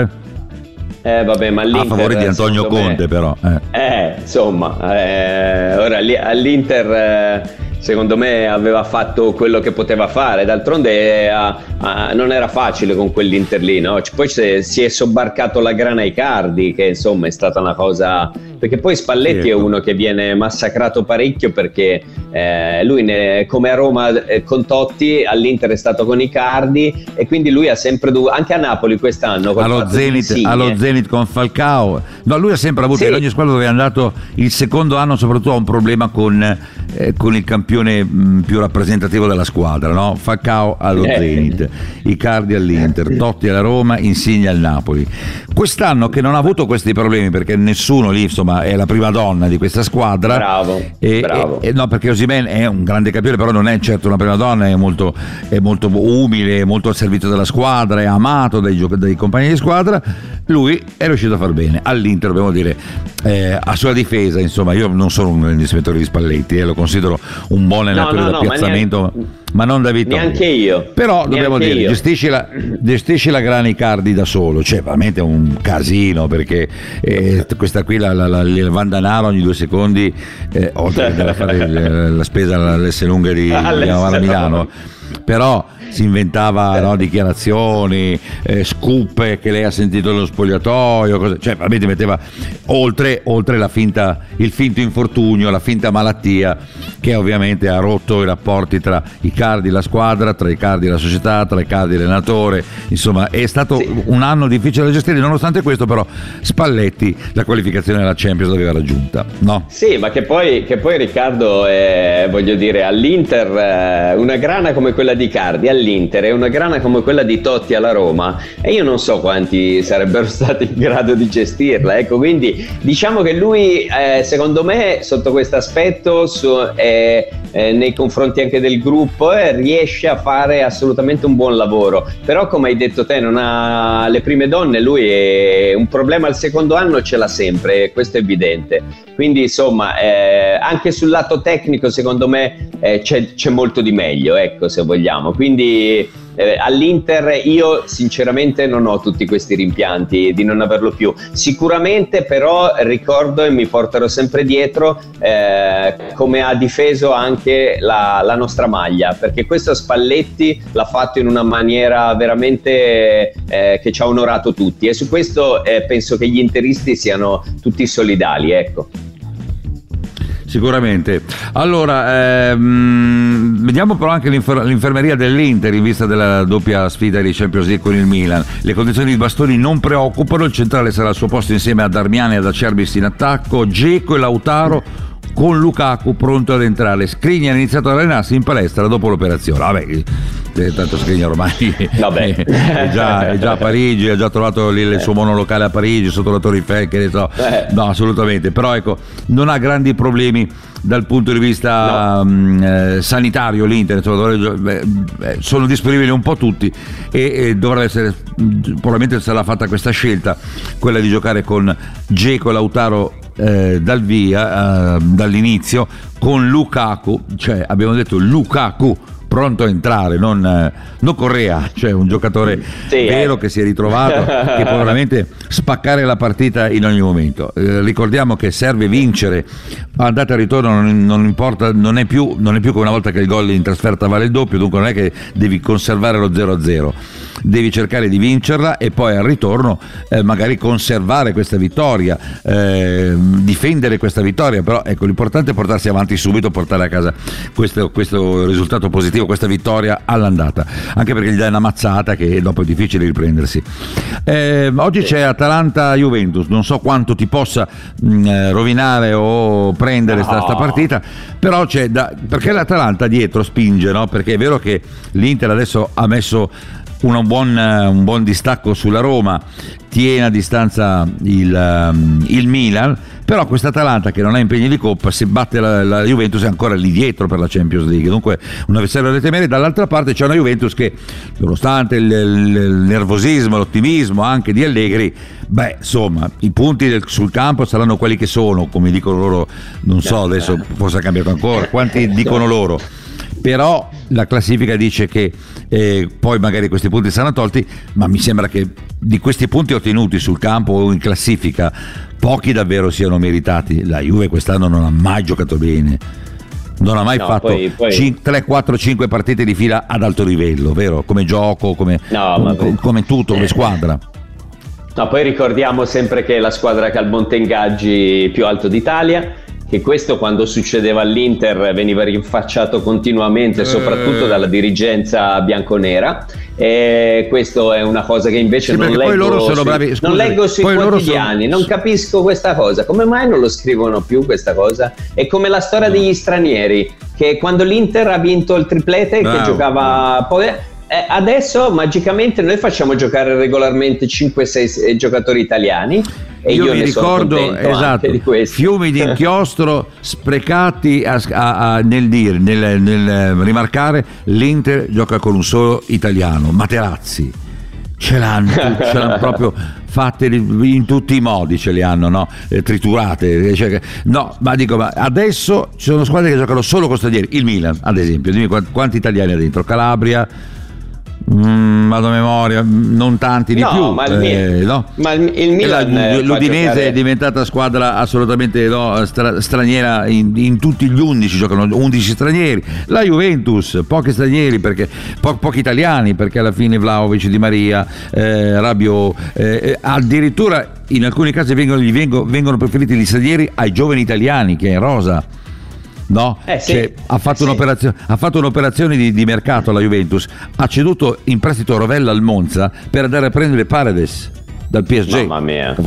vabbè, ma a favore di Antonio Conte, però. Insomma, ora all'Inter secondo me aveva fatto quello che poteva fare, d'altronde non era facile con quell'Inter lì, no? Poi si è sobbarcato la grana Icardi, che insomma è stata una cosa, perché poi Spalletti è uno che viene massacrato parecchio, perché lui come a Roma con Totti, all'Inter è stato con Icardi, e quindi lui ha sempre dovuto, anche a Napoli quest'anno allo Zenit con Falcao, no, lui ha sempre avuto, in ogni squadra dove è andato il secondo anno soprattutto ha un problema con il campione più rappresentativo della squadra, no? Falcao allo Zenit, Icardi all'Inter, Totti alla Roma, Insigne al Napoli. Quest'anno che non ha avuto questi problemi, perché nessuno lì insomma è la prima donna di questa squadra. Bravo. No, perché Osimhen è un grande campione, però non è certo una prima donna, è molto umile, è molto al servizio della squadra, è amato dai compagni di squadra. Lui è riuscito a far bene all'Inter, dobbiamo dire, a sua difesa, insomma, io non sono un grande ispettore di Spalletti, lo considero un buon allenatore da piazzamento, ma non da vittoria. Neanche io. Però dobbiamo dire, gestisci la grana Icardi da solo, cioè veramente un casino, perché questa qui la Vandanara ogni 2 secondi, oltre a fare la spesa all'S lunga di Milano, però si inventava dichiarazioni, scoop che lei ha sentito nello spogliatoio, cioè veramente metteva oltre il finto infortunio, la finta malattia, che ovviamente ha rotto i rapporti tra Icardi e la squadra, tra Icardi e la società, tra Icardi e l'allenatore. Insomma, è stato un anno difficile da gestire. Nonostante questo, però, Spalletti la qualificazione alla Champions l'aveva raggiunta, no? Sì, ma che poi Riccardo, voglio dire, all'Inter una grana come quella di Icardi all'Inter e una grana come quella di Totti alla Roma, e io non so quanti sarebbero stati in grado di gestirla, ecco. Quindi diciamo che lui, secondo me, sotto questo aspetto, nei confronti anche del gruppo, riesce a fare assolutamente un buon lavoro. Però, come hai detto te, non ha le prime donne, lui è un problema al secondo anno, ce l'ha sempre, questo è evidente. Quindi insomma, anche sul lato tecnico secondo me c'è molto di meglio, ecco, se vogliamo. Quindi all'Inter io sinceramente non ho tutti questi rimpianti di non averlo più. Sicuramente però ricordo e mi porterò sempre dietro come ha difeso anche la nostra maglia, perché questo Spalletti l'ha fatto in una maniera veramente che ci ha onorato tutti, e su questo penso che gli interisti siano tutti solidali, ecco. Sicuramente. Allora, vediamo però anche l'infermeria dell'Inter in vista della doppia sfida di Champions League con il Milan. Le condizioni di Bastoni non preoccupano, il centrale sarà al suo posto insieme a Darmian e ad Acerbis in attacco, Dzeko e Lautaro con Lukaku pronto ad entrare. Skriniar ha iniziato ad allenarsi in palestra dopo l'operazione. Vabbè, tanto Skriniar ormai è già a Parigi, ha già trovato il suo monolocale a Parigi sotto la Torre Eiffel, no, assolutamente. Però ecco, non ha grandi problemi dal punto di vista sanitario l'Inter, insomma, sono disponibili un po' tutti, e dovrà essere, probabilmente sarà fatta questa scelta, quella di giocare con Dzeko e Lautaro dall'inizio, con Lukaku, cioè abbiamo detto Lukaku pronto a entrare, non Correa, cioè un giocatore vero che si è ritrovato, che può veramente spaccare la partita in ogni momento. Ricordiamo che serve vincere, andata e ritorno non importa, non è più come una volta che il gol in trasferta vale il doppio, dunque non è che devi conservare lo 0-0. devi cercare di vincerla e poi al ritorno magari conservare questa vittoria, difendere questa vittoria, però ecco, l'importante è portarsi avanti subito, portare a casa questo risultato positivo, questa vittoria all'andata, anche perché gli dai una mazzata che dopo è difficile riprendersi. Oggi c'è Atalanta-Juventus, non so quanto ti possa rovinare o prendere sta partita, però c'è perché l'Atalanta dietro spinge, no? Perché è vero che l'Inter adesso ha messo un buon distacco sulla Roma, tiene a distanza il Milan, però questa Atalanta che non ha impegni di Coppa, se batte la Juventus è ancora lì dietro per la Champions League, dunque un avversario da temere. Dall'altra parte c'è una Juventus che, nonostante il nervosismo, l'ottimismo anche di Allegri, insomma i punti sul campo saranno quelli che sono, come dicono loro, non so, adesso forse ha cambiato ancora, quanti dicono loro, però la classifica dice che poi magari questi punti saranno tolti, ma mi sembra che di questi punti ottenuti sul campo o in classifica pochi davvero siano meritati. La Juve quest'anno non ha mai giocato bene, non ha mai fatto 3, 4, 5 partite di fila ad alto livello, vero? Come gioco, come tutto, come squadra. No, poi ricordiamo sempre che è la squadra che ha il monte ingaggi più alto d'Italia, che questo quando succedeva all'Inter veniva rinfacciato continuamente, soprattutto dalla dirigenza bianconera, e questo è una cosa che invece non leggo, loro sono bravi, non leggo sui quotidiani, non capisco questa cosa, come mai non lo scrivono più questa cosa? È come la storia degli stranieri, che quando l'Inter ha vinto il triplete, che giocava poi adesso magicamente noi facciamo giocare regolarmente 5-6 giocatori italiani. E io mi ricordo, esatto, fiumi di inchiostro sprecati nel rimarcare l'Inter gioca con un solo italiano, Materazzi. Ce l'hanno proprio fatte in tutti i modi, ce le hanno, no? Triturate, no, ma dico, ma adesso ci sono squadre che giocano solo con stranieri, il Milan ad esempio, dimmi quanti italiani ha dentro, Calabria, vado a memoria, non tanti di più, ma il Milan l'Udinese è diventata squadra assolutamente straniera, in tutti gli 11 giocano 11 stranieri, la Juventus pochi stranieri, perché pochi italiani, perché alla fine Vlahovic, Di Maria, Rabiot, addirittura in alcuni casi vengono preferiti gli stranieri ai giovani italiani, che è in rosa. No? Ha fatto un'operazione di mercato alla Juventus, ha ceduto in prestito Rovella al Monza per andare a prendere Paredes dal PSG. Mamma mia, a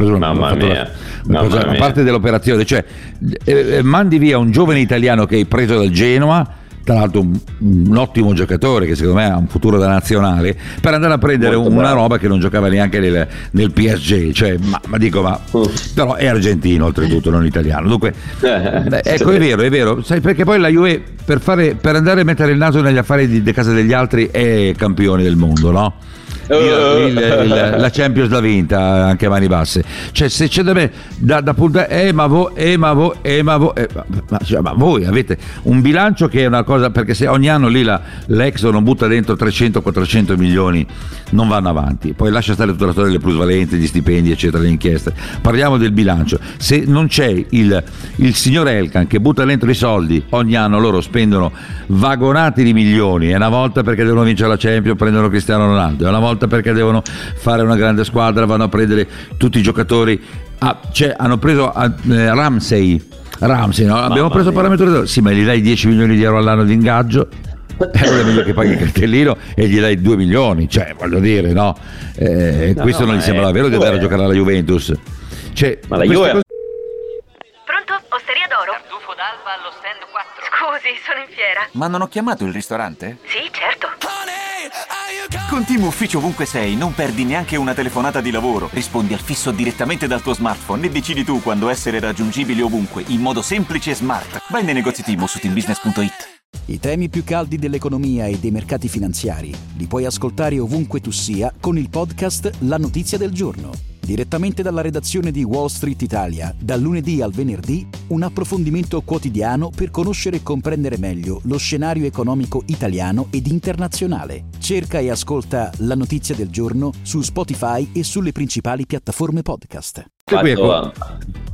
parte dell'operazione, cioè mandi via un giovane italiano che hai preso dal Genoa, tra l'altro un ottimo giocatore che secondo me ha un futuro da nazionale, per andare a prendere una roba che non giocava neanche nel PSG, cioè, però è argentino oltretutto, non italiano, dunque ecco, è vero, sai, perché poi la Juve per andare a mettere il naso negli affari di casa degli altri è campione del mondo, no? La Champions l'ha vinta anche a mani basse, cioè se c'è da me da puntare, ma voi avete un bilancio che è una cosa, perché se ogni anno lì l'Exo non butta dentro 300-400 milioni non vanno avanti, poi lascia stare tutta la storia delle plusvalenze, gli stipendi eccetera, le inchieste, parliamo del bilancio. Se non c'è il signor Elkan che butta dentro i soldi, ogni anno loro spendono vagonati di milioni, e una volta perché devono vincere la Champions prendono Cristiano Ronaldo, e una volta perché devono fare una grande squadra vanno a prendere tutti i giocatori, hanno preso Ramsey, no? Abbiamo preso parametro, sì, ma gli dai 10 milioni di euro all'anno di ingaggio, allora è meglio che paghi il cartellino e gli dai 2 milioni, cioè voglio dire, no? Questo non gli sembra vero di andare a giocare alla Juventus, cioè, ma la Juve... Pronto? Osteria d'oro? Tartufo d'alba allo stand 4. Scusi, sono in fiera. Ma non ho chiamato il ristorante? Sì, certo. Con Team Ufficio ovunque sei, non perdi neanche una telefonata di lavoro. Rispondi al fisso direttamente dal tuo smartphone e decidi tu quando essere raggiungibile ovunque, in modo semplice e smart. Vai nei negozi Team o su teambusiness.it. I temi più caldi dell'economia e dei mercati finanziari li puoi ascoltare ovunque tu sia con il podcast La Notizia del Giorno. Direttamente dalla redazione di Wall Street Italia, dal lunedì al venerdì, un approfondimento quotidiano per conoscere e comprendere meglio lo scenario economico italiano ed internazionale. Cerca e ascolta La Notizia del Giorno su Spotify e sulle principali piattaforme podcast.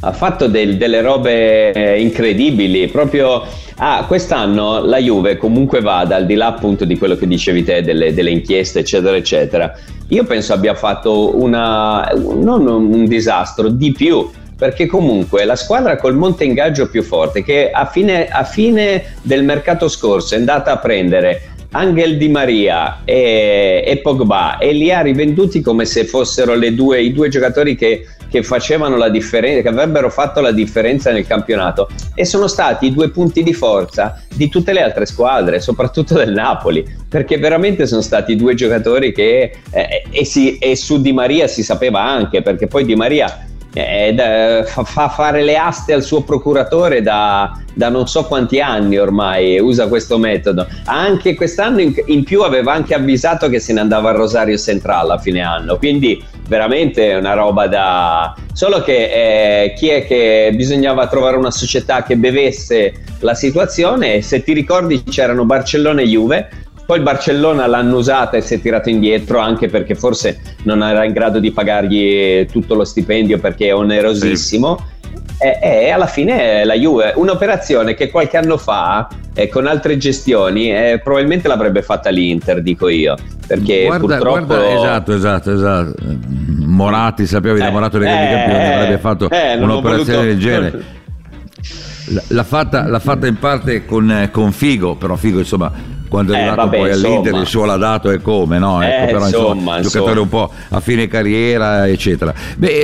ha fatto delle robe incredibili. Proprio quest'anno la Juve comunque vada, al di là appunto di quello che dicevi te, delle inchieste eccetera eccetera, io penso abbia fatto non un disastro, di più, perché comunque la squadra col monte ingaggio più forte, che a fine del mercato scorso è andata a prendere Angel Di Maria e Pogba e li ha rivenduti come se fossero i due giocatori che facevano la differenza, che avrebbero fatto la differenza nel campionato, e sono stati i 2 punti di forza di tutte le altre squadre, soprattutto del Napoli, perché veramente sono stati 2 giocatori che e su Di Maria si sapeva anche, perché poi Di Maria fa fare le aste al suo procuratore da non so quanti anni ormai, usa questo metodo. Anche quest'anno in più aveva anche avvisato che se ne andava a Rosario Central a fine anno, quindi veramente è una roba solo che chi è che bisognava trovare una società che bevesse la situazione, e se ti ricordi c'erano Barcellona e Juve. Poi il Barcellona l'hanno usata e si è tirato indietro, anche perché forse non era in grado di pagargli tutto lo stipendio perché è onerosissimo. E alla fine la Juve, un'operazione che qualche anno fa con altre gestioni probabilmente l'avrebbe fatta l'Inter, dico io, perché purtroppo esatto. Moratti, sapevo di Moratti dei grandi campioni, avrebbe fatto un'operazione del genere. L'ha fatta in parte con Figo, però Figo insomma quando è arrivato poi all'Inter il suo l'ha dato e come, no? Però insomma, giocatore un po' a fine carriera eccetera.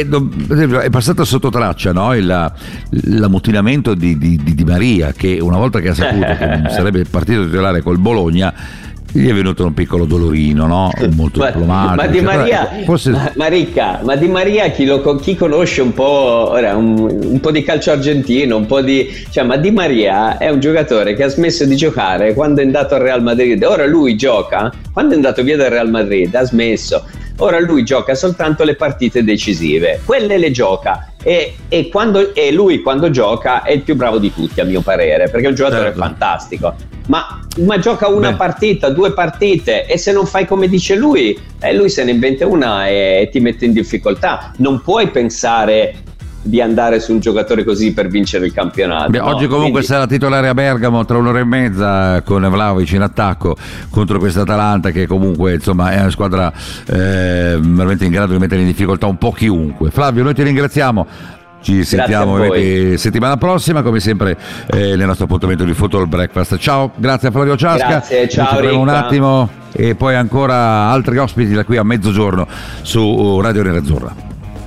È passata sotto traccia, no? L'ammutinamento di Maria, che una volta che ha saputo che sarebbe partito titolare col Bologna gli è venuto un piccolo dolorino, no? Molto diplomatico. Ma Di Maria, ma Di Maria chi conosce un po' ora un po' di calcio argentino, ma Di Maria è un giocatore che ha smesso di giocare quando è andato al Real Madrid. Ora lui gioca, quando è andato via dal Real Madrid ha smesso. Ora lui gioca soltanto le partite decisive, quelle le gioca, e lui quando gioca è il più bravo di tutti, a mio parere, perché è un giocatore fantastico, ma gioca una partita, 2 partite, e se non fai come dice lui se ne inventa una e ti mette in difficoltà. Non puoi pensare di andare su un giocatore così per vincere il campionato. Oggi comunque sarà titolare a Bergamo tra un'ora e mezza con Vlahovic in attacco contro questa Atalanta, che comunque insomma è una squadra veramente in grado di mettere in difficoltà un po' chiunque. Flavio, noi ti ringraziamo. Ci sentiamo settimana prossima, come sempre nel nostro appuntamento di Football Breakfast. Ciao, grazie a Flavio Ciasca. Grazie, ciao Ricca. Un attimo e poi ancora altri ospiti da qui a mezzogiorno su Radio Nerazzurra.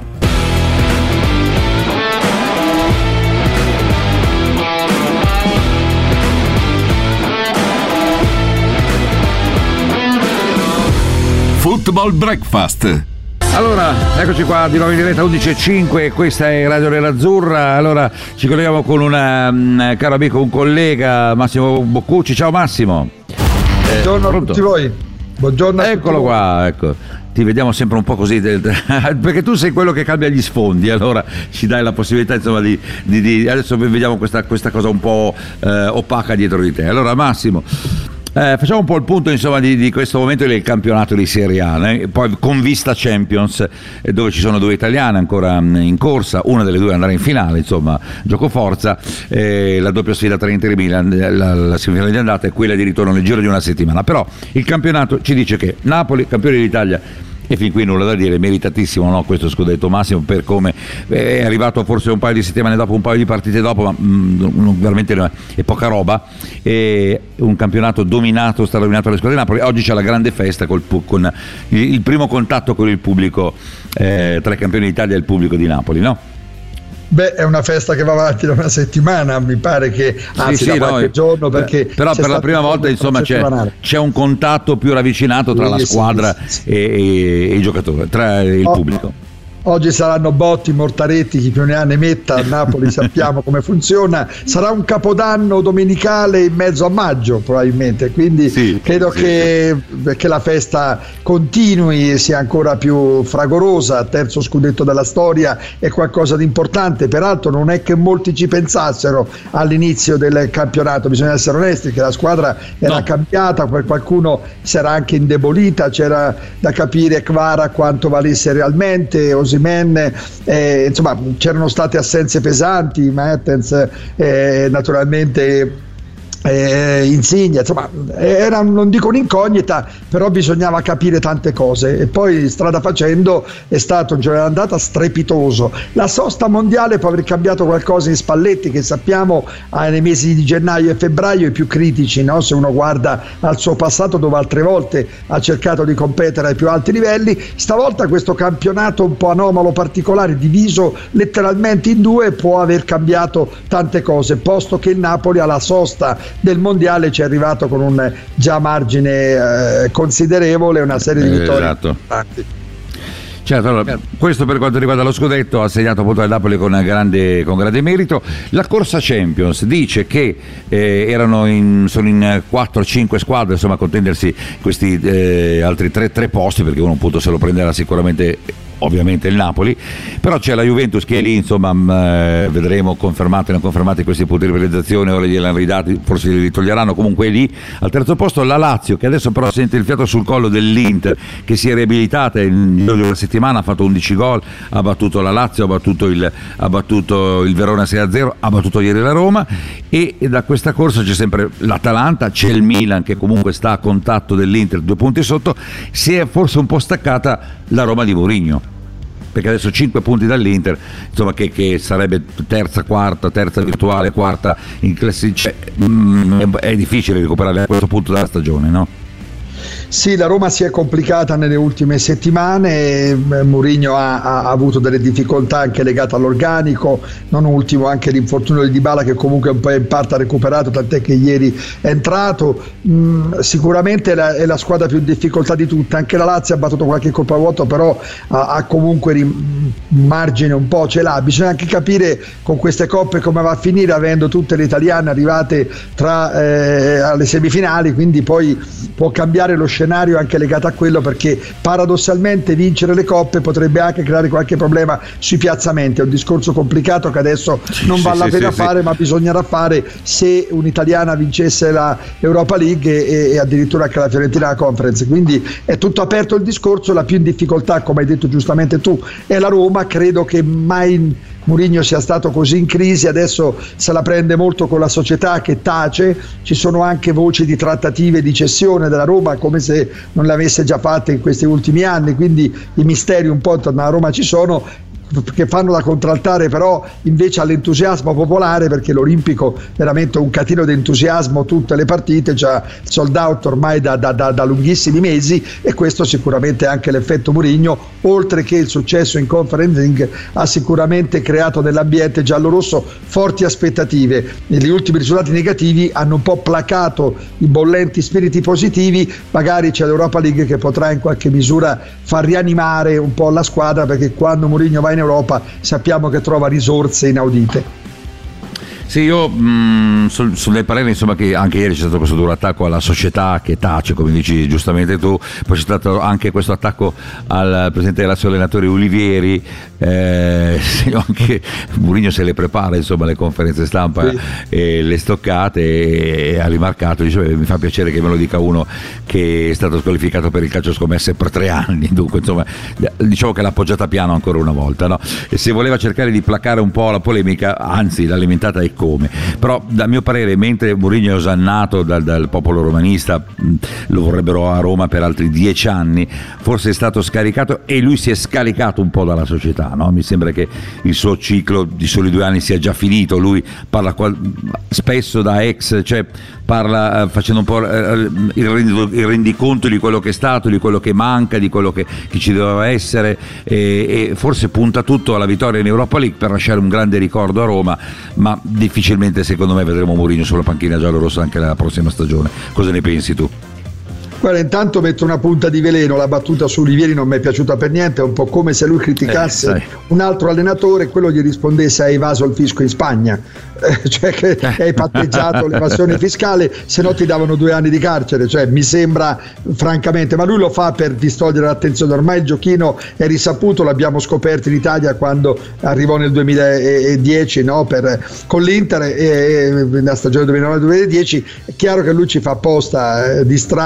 Football Breakfast. Allora, eccoci qua di nuovo in diretta 11.05, questa è Radio Nerazzurra. Allora, ci colleghiamo con un caro amico, un collega, Massimo Boccucci. Ciao Massimo. Buongiorno a tutti voi. Buongiorno a tutti. Eccolo qua, ecco. Ti vediamo sempre un po' così, perché tu sei quello che cambia gli sfondi, allora ci dai la possibilità insomma di adesso vediamo questa cosa un po' opaca dietro di te. Allora Massimo, facciamo un po' il punto insomma di questo momento del campionato di Serie A, poi con vista Champions, dove ci sono 2 italiane ancora in corsa, una delle 2 andrà in finale, insomma gioco forza, la doppia sfida tra Inter e Milan, la semifinale di andata e quella di ritorno nel giro di una settimana. Però il campionato ci dice che Napoli, campione d'Italia, e fin qui nulla da dire, meritatissimo, no, questo scudetto Massimo, per come è arrivato forse un paio di settimane dopo, un paio di partite dopo, ma veramente è poca roba. E un campionato stradominato dalle squadre di Napoli. Oggi c'è la grande festa con il primo contatto con il pubblico tra i campioni d'Italia e il pubblico di Napoli, no? Beh, è una festa che va avanti da una settimana, mi pare che da qualche giorno, perché però per la prima volta insomma c'è un contatto più ravvicinato tra la squadra e i giocatori, tra il pubblico. Oggi saranno Botti, Mortaretti, chi più ne ha ne metta. A Napoli sappiamo come funziona. Sarà un capodanno domenicale in mezzo a maggio probabilmente, quindi credo che la festa continui e sia ancora più fragorosa. Terzo scudetto della storia è qualcosa di importante. Peraltro non è che molti ci pensassero all'inizio del campionato, bisogna essere onesti, che la squadra era cambiata, per qualcuno si era anche indebolita, c'era da capire Kvara quanto valesse realmente, Osimhen, insomma c'erano state assenze pesanti, Mertens, naturalmente Insigne, insomma era, non dico un'incognita, però bisognava capire tante cose, e poi strada facendo è stato un giorno d'andata strepitoso. La sosta mondiale può aver cambiato qualcosa in Spalletti, che sappiamo nei mesi di gennaio e febbraio i più critici, no? Se uno guarda al suo passato, dove altre volte ha cercato di competere ai più alti livelli, stavolta questo campionato un po' anomalo, particolare, diviso letteralmente in due, può aver cambiato tante cose, posto che il Napoli alla sosta del mondiale ci è arrivato con un già margine considerevole, una serie di vittorie importanti. Certo, allora, questo per quanto riguarda lo scudetto, ha segnato appunto il Napoli con grande merito. La corsa Champions dice che sono in 4-5 squadre, insomma, a contendersi questi altri tre posti, perché uno appunto se lo prenderà sicuramente ovviamente il Napoli, però c'è la Juventus che è lì, insomma, vedremo confermati o non confermati questi punti di realizzazione, ora gliel'hanno ridati, forse li toglieranno, comunque è lì. Al terzo posto la Lazio, che adesso però sente il fiato sul collo dell'Inter, che si è riabilitata in una settimana, ha fatto 11 gol, ha battuto la Lazio, ha battuto il Verona 6-0, ha battuto ieri la Roma, e da questa corsa c'è sempre l'Atalanta, c'è il Milan che comunque sta a contatto dell'Inter, 2 punti sotto. Si è forse un po' staccata la Roma di Mourinho, perché adesso 5 punti dall'Inter, insomma, che sarebbe terza virtuale, quarta in classifica, è difficile recuperare a questo punto della stagione, no? Sì, la Roma si è complicata nelle ultime settimane, Mourinho ha avuto delle difficoltà anche legate all'organico, non ultimo anche l'infortunio di Dybala, che comunque un po' in parte ha recuperato, tant'è che ieri è entrato. Sicuramente è la squadra più in difficoltà di tutte, anche la Lazio ha battuto qualche colpo a vuoto, però ha comunque un margine un po' ce l'ha. Bisogna anche capire con queste coppe come va a finire, avendo tutte le italiane arrivate alle semifinali, quindi poi può cambiare lo scenario anche legato a quello, perché paradossalmente vincere le coppe potrebbe anche creare qualche problema sui piazzamenti. È un discorso complicato che adesso non vale la pena fare, ma bisognerà fare se un'italiana vincesse la Europa League e addirittura anche la Fiorentina la Conference, quindi è tutto aperto il discorso. La più in difficoltà, come hai detto giustamente tu, è la Roma. Credo che mai Mourinho sia stato così in crisi, adesso se la prende molto con la società che tace, ci sono anche voci di trattative di cessione della Roma, come se non le avesse già fatte in questi ultimi anni, quindi i misteri un po' intorno alla Roma ci sono, che fanno da contraltare però invece all'entusiasmo popolare, perché l'Olimpico veramente un catino di entusiasmo tutte le partite, già sold out ormai da lunghissimi mesi, e questo sicuramente è anche l'effetto Mourinho, oltre che il successo in Conference League ha sicuramente creato nell'ambiente giallorosso forti aspettative. Gli ultimi risultati negativi hanno un po' placato i bollenti spiriti positivi, magari c'è l'Europa League che potrà in qualche misura far rianimare un po' la squadra, perché quando Mourinho va in Europa sappiamo che trova risorse inaudite. Sì, io sono del parere, insomma, che anche ieri c'è stato questo duro attacco alla società che tace, come dici giustamente tu, poi c'è stato anche questo attacco al presidente della sua allenatore Olivieri, anche Mourinho se le prepara, insomma, le conferenze stampa, sì, e le stoccate, e ha rimarcato, dice, mi fa piacere che me lo dica uno che è stato squalificato per il calcio scommesse per 3 anni, dunque insomma diciamo che l'ha appoggiata piano ancora una volta, no? E se voleva cercare di placare un po' la polemica, anzi l'ha alimentata e come, però dal mio parere, mentre Mourinho è osannato dal popolo romanista, lo vorrebbero a Roma per altri 10 anni, forse è stato scaricato e lui si è scaricato un po' dalla società, no? Mi sembra che il suo ciclo di soli 2 anni sia già finito. Lui parla spesso da ex, cioè parla facendo un po' il rendiconto di quello che è stato, di quello che manca, di quello che ci doveva essere, e forse punta tutto alla vittoria in Europa League per lasciare un grande ricordo a Roma, ma difficilmente secondo me vedremo Mourinho sulla panchina giallorossa anche la prossima stagione. Cosa ne pensi tu? Guarda, intanto metto una punta di veleno, la battuta su Olivieri non mi è piaciuta per niente, è un po' come se lui criticasse un altro allenatore e quello gli rispondesse hai evaso il fisco in Spagna, cioè che hai patteggiato l'evasione fiscale, se no ti davano 2 anni di carcere, cioè mi sembra francamente, ma lui lo fa per distogliere l'attenzione, ormai il giochino è risaputo, l'abbiamo scoperto in Italia quando arrivò nel 2010, no, con l'Inter, nella stagione 2009-2010, è chiaro che lui ci fa apposta, distrae così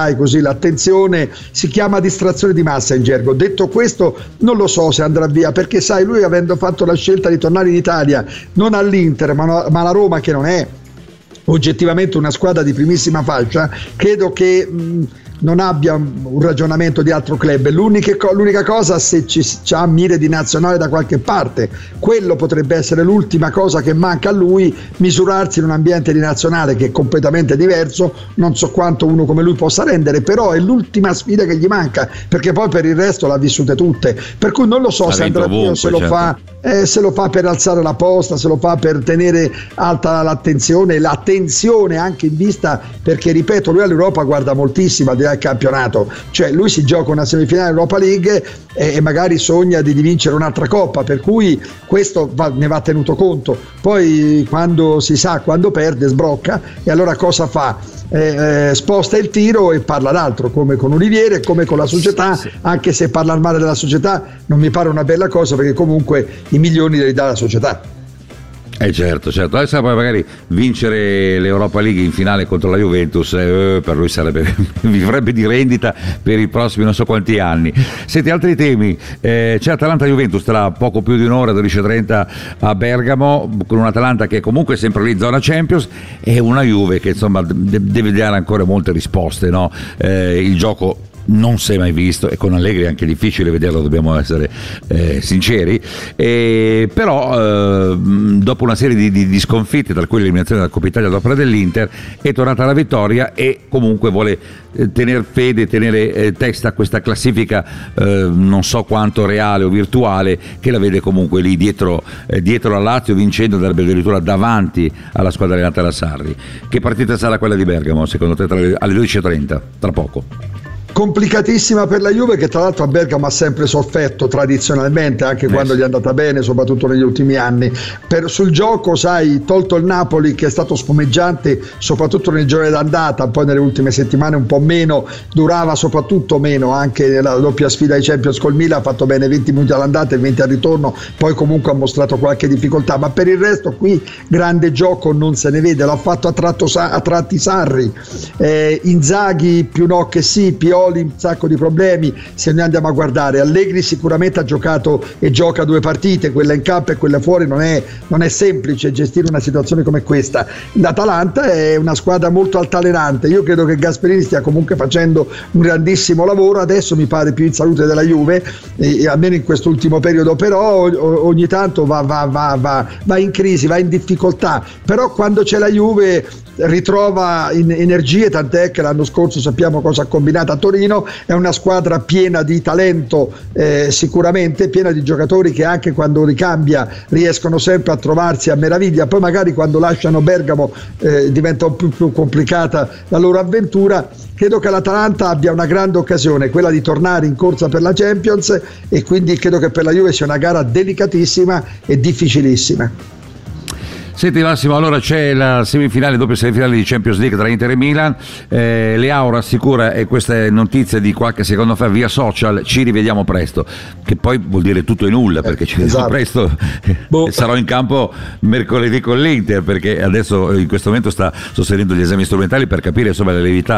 l'attenzione, si chiama distrazione di massa in gergo. Detto questo, non lo so se andrà via, perché sai, lui avendo fatto la scelta di tornare in Italia, non all'Inter ma alla Roma, che non è oggettivamente una squadra di primissima fascia, credo che non abbia un ragionamento di altro club. L'unica cosa, se c'ha mire di nazionale da qualche parte, quello potrebbe essere l'ultima cosa che manca a lui, misurarsi in un ambiente di nazionale che è completamente diverso. Non so quanto uno come lui possa rendere, però è l'ultima sfida che gli manca, perché poi per il resto l'ha vissute tutte, per cui non lo so se andrà via, se lo fa se lo fa per alzare la posta, se lo fa per tenere alta l'attenzione anche in vista, perché ripeto, lui all'Europa guarda moltissimo al di là del campionato, cioè lui si gioca una semifinale Europa League e magari sogna di vincere un'altra coppa, per cui questo ne va tenuto conto. Poi quando si sa, quando perde sbrocca, e allora cosa fa? Sposta il tiro e parla d'altro, come con Olivieri e come con la società, anche se parlare male della società non mi pare una bella cosa, perché comunque i milioni li dà la società. Certo, adesso poi magari vincere l'Europa League in finale contro la Juventus per lui vivrebbe di rendita per i prossimi non so quanti anni. Senti, altri temi, c'è Atalanta-Juventus tra poco più di un'ora, 12:30 a Bergamo, con un Atalanta che è comunque sempre lì zona Champions, e una Juve che insomma deve dare ancora molte risposte, no? Il gioco non si è mai visto, e con Allegri è anche difficile vederlo, dobbiamo essere sinceri, però dopo una serie di sconfitte, tra cui l'eliminazione della Coppa Italia dopo dell'Inter, è tornata alla vittoria e comunque vuole tenere fede, tenere testa a questa classifica non so quanto reale o virtuale, che la vede comunque lì dietro al Lazio, vincendo, darebbe addirittura davanti alla squadra allenata da Sarri. Che partita sarà quella di Bergamo secondo te alle 12:30, tra poco? Complicatissima per la Juve, che tra l'altro a Bergamo ha sempre sofferto tradizionalmente, anche quando gli è andata bene, soprattutto negli ultimi anni. Sul gioco, sai, tolto il Napoli che è stato spumeggiante soprattutto nel giorno d'andata, poi nelle ultime settimane un po' meno, durava soprattutto meno, anche nella doppia sfida ai Champions col Milan ha fatto bene 20 minuti all'andata e 20 al ritorno, poi comunque ha mostrato qualche difficoltà, ma per il resto qui grande gioco non se ne vede. L'ha fatto a tratti Sarri, Inzaghi più no che sì, Pioli un sacco di problemi. Se noi andiamo a guardare, Allegri sicuramente ha giocato e gioca 2 partite, quella in campo e quella fuori, non è semplice gestire una situazione come questa. L'Atalanta è una squadra molto altalenante, io credo che Gasperini stia comunque facendo un grandissimo lavoro, adesso mi pare più in salute della Juve, almeno in quest'ultimo periodo, però ogni tanto va in crisi, va in difficoltà, però quando c'è la Juve ritrova energie, tant'è che l'anno scorso sappiamo cosa ha combinato a Torino. È una squadra piena di talento, sicuramente piena di giocatori che anche quando ricambia riescono sempre a trovarsi a meraviglia, poi magari quando lasciano Bergamo diventa un po' più complicata la loro avventura. Credo che l'Atalanta abbia una grande occasione, quella di tornare in corsa per la Champions, e quindi credo che per la Juve sia una gara delicatissima e difficilissima. Senti Massimo, allora c'è la doppia semifinale di Champions League tra Inter e Milan, Leao rassicura, e questa è notizia di qualche secondo fa via social, ci rivediamo presto, che poi vuol dire tutto e nulla, perché ci rivediamo presto, sarò in campo mercoledì con l'Inter, perché adesso in questo momento sta sostenendo gli esami strumentali per capire insomma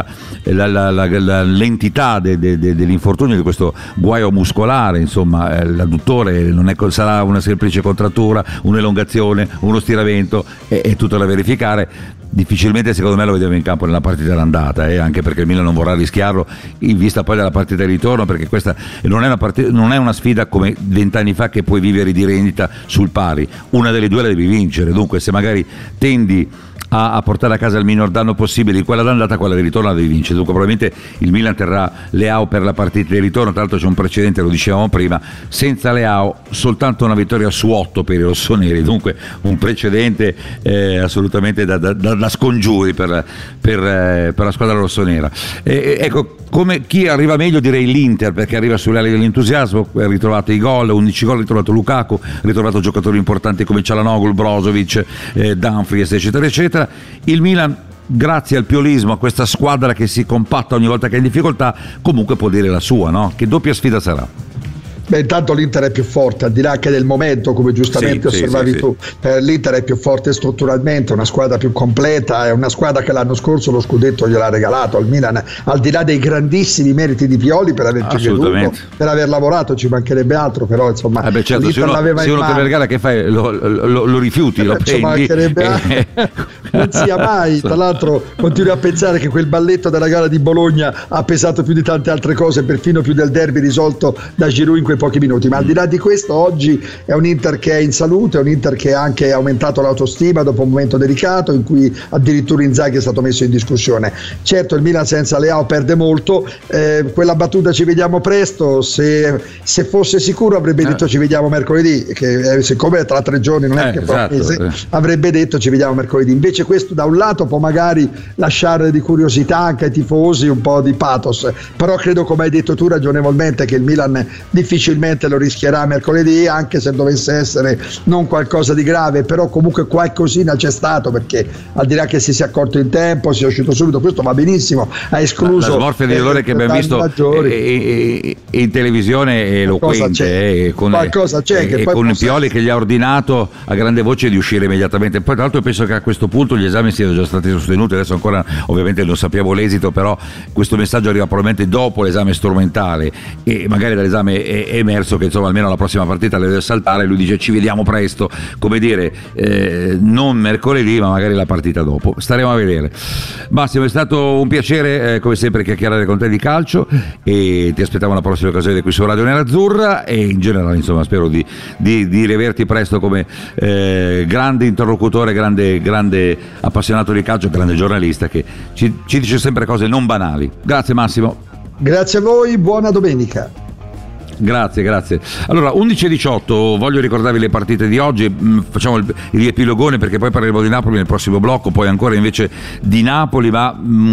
l'entità dell'infortunio, di questo guaio muscolare, insomma l'adduttore non sarà una semplice contrattura, un'elongazione, uno stiramento, è tutto da verificare. Difficilmente secondo me lo vediamo in campo nella partita d'andata, anche perché il Milan non vorrà rischiarlo in vista poi della partita di ritorno, perché questa non è una sfida come 20 anni fa che puoi vivere di rendita sul pari, una delle due la devi vincere, dunque se magari tendi a portare a casa il minor danno possibile in quella d'andata, quella di ritorno la devi vincere. Dunque probabilmente il Milan terrà Leao per la partita di ritorno, tra l'altro c'è un precedente, lo dicevamo prima, senza Leao soltanto una vittoria su 8 per i rossoneri, dunque un precedente assolutamente da scongiuri per la squadra rossonera. Ecco, come chi arriva meglio direi l'Inter, perché arriva sulle ali dell'entusiasmo, ha ritrovato i gol, 11 gol, ha ritrovato Lukaku, ha ritrovato giocatori importanti come Çalhanoğlu, Brozovic, Dumfries, eccetera eccetera. Il Milan, grazie al piolismo, a questa squadra che si compatta ogni volta che è in difficoltà, comunque può dire la sua, no? Che doppia sfida sarà? Beh, intanto l'Inter è più forte, al di là che del momento, come giustamente osservavi tu. L'Inter è più forte strutturalmente, una squadra più completa, è una squadra che l'anno scorso lo scudetto gliel'ha regalato al Milan, al di là dei grandissimi meriti di Pioli per averci creduto, per aver lavorato, ci mancherebbe altro, però insomma certo, se uno te regala, che fai? Lo rifiuti, lo prendi non sia mai. Tra l'altro continui a pensare che quel balletto della gara di Bologna ha pesato più di tante altre cose, perfino più del derby risolto da Giroud in quei pochi minuti, ma al di là di questo oggi è un Inter che è in salute, è un Inter che ha anche aumentato l'autostima dopo un momento delicato in cui addirittura Inzaghi è stato messo in discussione. Certo, il Milan senza Leao perde molto, quella battuta ci vediamo presto, se fosse sicuro avrebbe detto ci vediamo mercoledì, che siccome tra 3 giorni non è che fra un mese, avrebbe detto ci vediamo mercoledì. Invece questo da un lato può magari lasciare di curiosità anche ai tifosi, un po' di pathos, però credo, come hai detto tu ragionevolmente, che il Milan difficilmente lo rischierà mercoledì, anche se dovesse essere non qualcosa di grave, però comunque qualcosina c'è stato, perché al di là che si sia accorto in tempo, si è uscito subito, questo va benissimo, ha escluso la smorfia di dolore che abbiamo visto in televisione è eloquente, con Pioli che gli ha ordinato a grande voce di uscire immediatamente. Poi tra l'altro penso che a questo punto gli esami siano già stati sostenuti, adesso ancora ovviamente non sappiamo l'esito, però questo messaggio arriva probabilmente dopo l'esame strumentale e magari dall'esame è emerso che insomma almeno la prossima partita le deve saltare. Lui dice ci vediamo presto, come dire non mercoledì ma magari la partita dopo, staremo a vedere. Massimo, è stato un piacere come sempre chiacchierare con te di calcio e ti aspettiamo la prossima occasione qui su Radio Nerazzurra, e in generale insomma spero di riaverti presto come grande interlocutore, grande appassionato di calcio, grande giornalista che ci dice sempre cose non banali. Grazie Massimo. Grazie a voi, buona domenica. Grazie. Allora 11:18, voglio ricordarvi le partite di oggi, facciamo il riepilogone perché poi parleremo di Napoli nel prossimo blocco, poi ancora invece di Napoli, ma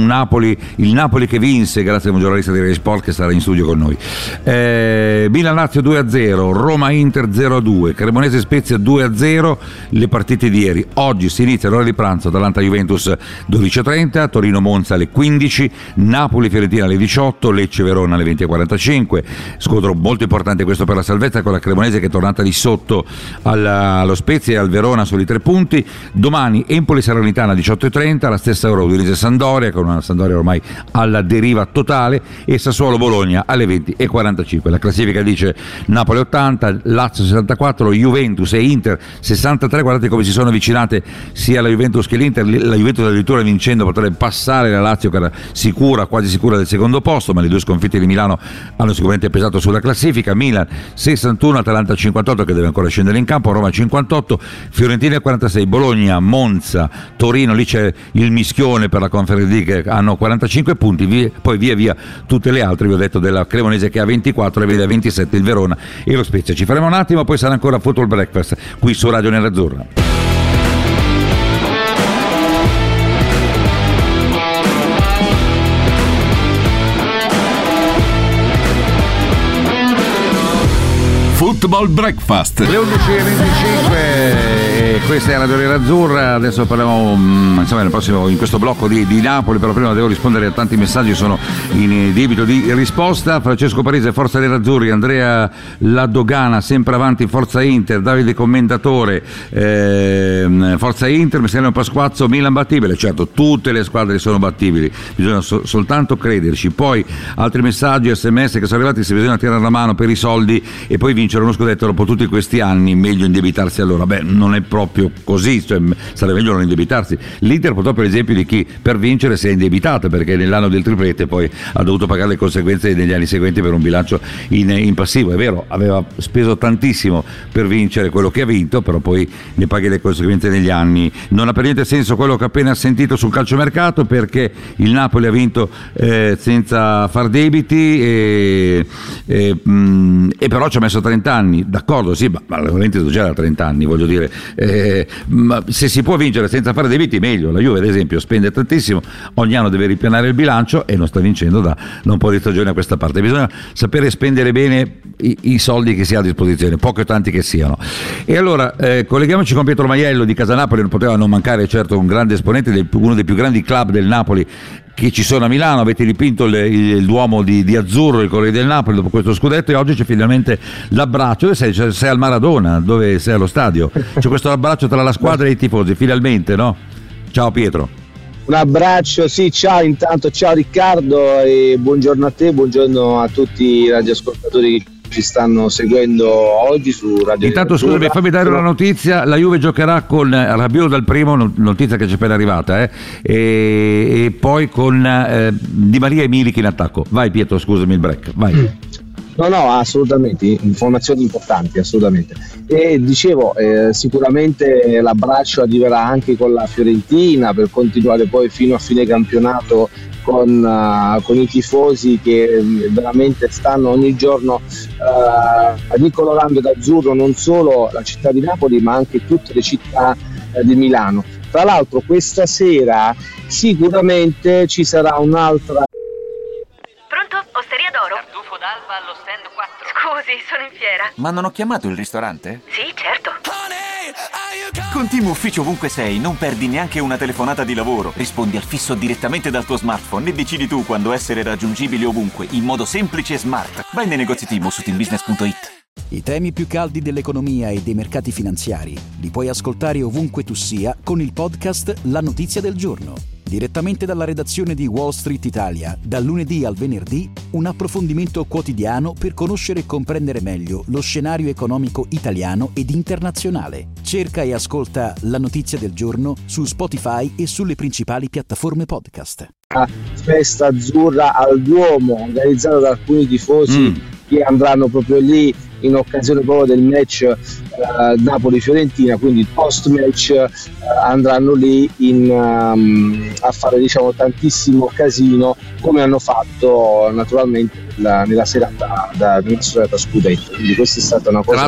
il Napoli che vinse grazie a un giornalista di Rai Sport che sarà in studio con noi. Milan-Lazio 2-0, Roma-Inter 0-2, Cremonese-Spezia 2-0, le partite di ieri. Oggi si inizia all'ora di pranzo, Atalanta-Juventus 12:30, Torino-Monza alle 15, Napoli-Fiorentina alle 18, Lecce-Verona alle 20:45, scontro molto importante questo per la salvezza, con la Cremonese che è tornata di sotto allo Spezia e al Verona soli 3 punti. Domani Empoli-Salernitana alle 18:30, la stessa ora Udinese-Sampdoria, con una Sampdoria ormai alla deriva totale, e Sassuolo-Bologna alle 20:45. La classifica dice Napoli 80, Lazio 64, Juventus e Inter 63. Guardate come si sono avvicinate sia la Juventus che l'Inter. La Juventus addirittura vincendo potrebbe passare la Lazio, che era quasi sicura del secondo posto, ma le 2 sconfitte di Milano hanno sicuramente pesato sulla classifica. Milan 61, Atalanta 58 che deve ancora scendere in campo, Roma 58, Fiorentina 46, Bologna, Monza, Torino, lì c'è il mischione per la Conference League, che hanno 45 punti, poi via tutte le altre, vi ho detto della Cremonese che ha 24 e vede a 27 il Verona e lo Spezia. Ci faremo un attimo, poi sarà ancora Football Breakfast qui su Radio Nerazzurra. Football Breakfast. Le 11:25, questa è Radio Nerazzurra. Adesso parliamo in questo blocco di Napoli, però prima devo rispondere a tanti messaggi, sono in debito di risposta. Francesco Parise, Forza Nerazzurri, Andrea La Dogana, sempre avanti, Forza Inter, Davide Commendatore, Forza Inter, Messeriano Pasquazzo, Milan battibile. Certo, tutte le squadre sono battibili, bisogna soltanto crederci. Poi altri messaggi, SMS che sono arrivati: se bisogna tirare la mano per i soldi e poi vincere uno scudetto dopo tutti questi anni, meglio indebitarsi allora. Beh, non è proprio così, sarebbe meglio non indebitarsi. L'Inter purtroppo è l'esempio di chi per vincere si è indebitato, perché nell'anno del triplete poi ha dovuto pagare le conseguenze negli anni seguenti per un bilancio in passivo. È vero, aveva speso tantissimo per vincere quello che ha vinto, però poi ne paghi le conseguenze negli anni. Non ha per niente senso quello che ho appena sentito sul calciomercato, perché il Napoli ha vinto senza far debiti e però ci ha messo 30 anni, d'accordo, sì, ma l'allenamento già da 30 anni, voglio dire, ma se si può vincere senza fare debiti meglio. La Juve ad esempio spende tantissimo, ogni anno deve ripianare il bilancio e non sta vincendo da un po' di stagioni a questa parte. Bisogna sapere spendere bene i soldi che si ha a disposizione, pochi o tanti che siano. E allora colleghiamoci con Pietro Maiello di Casanapoli. Non poteva non mancare certo un grande esponente di uno dei più grandi club del Napoli, che ci sono a Milano, avete dipinto il Duomo di azzurro, il colore del Napoli dopo questo scudetto, e oggi c'è finalmente l'abbraccio. Dove sei? Sei al Maradona, dove sei allo stadio, c'è questo abbraccio tra la squadra e i tifosi, finalmente, no? Ciao Pietro. Un abbraccio, sì, ciao intanto, ciao Riccardo e buongiorno a te, buongiorno a tutti i radioascoltatori che ci stanno seguendo oggi su Radio. Intanto scusami, fammi dare una notizia: la Juve giocherà con Rabiot dal primo, notizia che ci è appena arrivata, e poi con Di Maria e Milik in attacco. Vai Pietro, scusami il break, vai. No, assolutamente, informazioni importanti, assolutamente. E dicevo, sicuramente l'abbraccio arriverà anche con la Fiorentina per continuare poi fino a fine campionato con i tifosi che veramente stanno ogni giorno ricolorando d'azzurro non solo la città di Napoli ma anche tutte le città di Milano. Tra l'altro questa sera sicuramente ci sarà un'altra. Pronto? Osteria d'Oro? Tartufo d'alba allo stand 4. Scusi, sono in fiera. Ma non ho chiamato il ristorante? Sì, certo. Con Team Ufficio ovunque sei, non perdi neanche una telefonata di lavoro. Rispondi al fisso direttamente dal tuo smartphone e decidi tu quando essere raggiungibile ovunque, in modo semplice e smart. Vai nei negozi Team o su teambusiness.it. I temi più caldi dell'economia e dei mercati finanziari li puoi ascoltare ovunque tu sia con il podcast La Notizia del Giorno. Direttamente dalla redazione di Wall Street Italia, dal lunedì al venerdì, un approfondimento quotidiano per conoscere e comprendere meglio lo scenario economico italiano ed internazionale. Cerca e ascolta La Notizia del Giorno su Spotify e sulle principali piattaforme podcast. Festa azzurra al Duomo, organizzata da alcuni tifosi che andranno proprio lì in occasione proprio del match Napoli-Fiorentina, quindi post match andranno lì a fare tantissimo casino, come hanno fatto naturalmente nella serata scudetto. Quindi questa è stata una cosa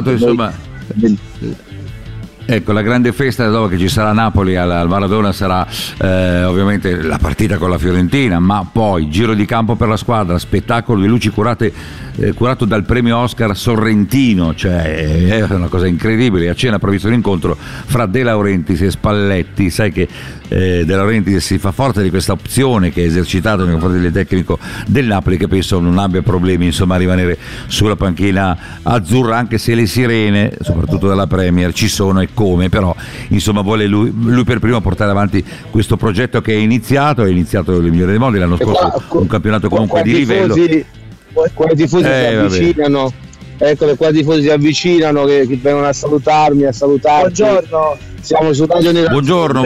Ecco, la grande festa dopo che ci sarà a Napoli al Maradona sarà ovviamente la partita con la Fiorentina, ma poi giro di campo per la squadra, spettacolo di luci curato dal premio Oscar Sorrentino, cioè è una cosa incredibile. A cena previsto un incontro fra De Laurentiis e Spalletti. Sai che De Laurentiis si fa forte di questa opzione che è esercitata nei confronti del tecnico del Napoli, che penso non abbia problemi a rimanere sulla panchina azzurra, anche se le sirene, soprattutto dalla Premier, ci sono e come, però vuole lui per primo portare avanti questo progetto che è iniziato nel migliore dei modi l'anno scorso, un campionato comunque di livello. Qua i tifosi si avvicinano, eccole qua, i tifosi si avvicinano che vengono a salutarmi, buongiorno, siamo su Radio Nera. Buongiorno.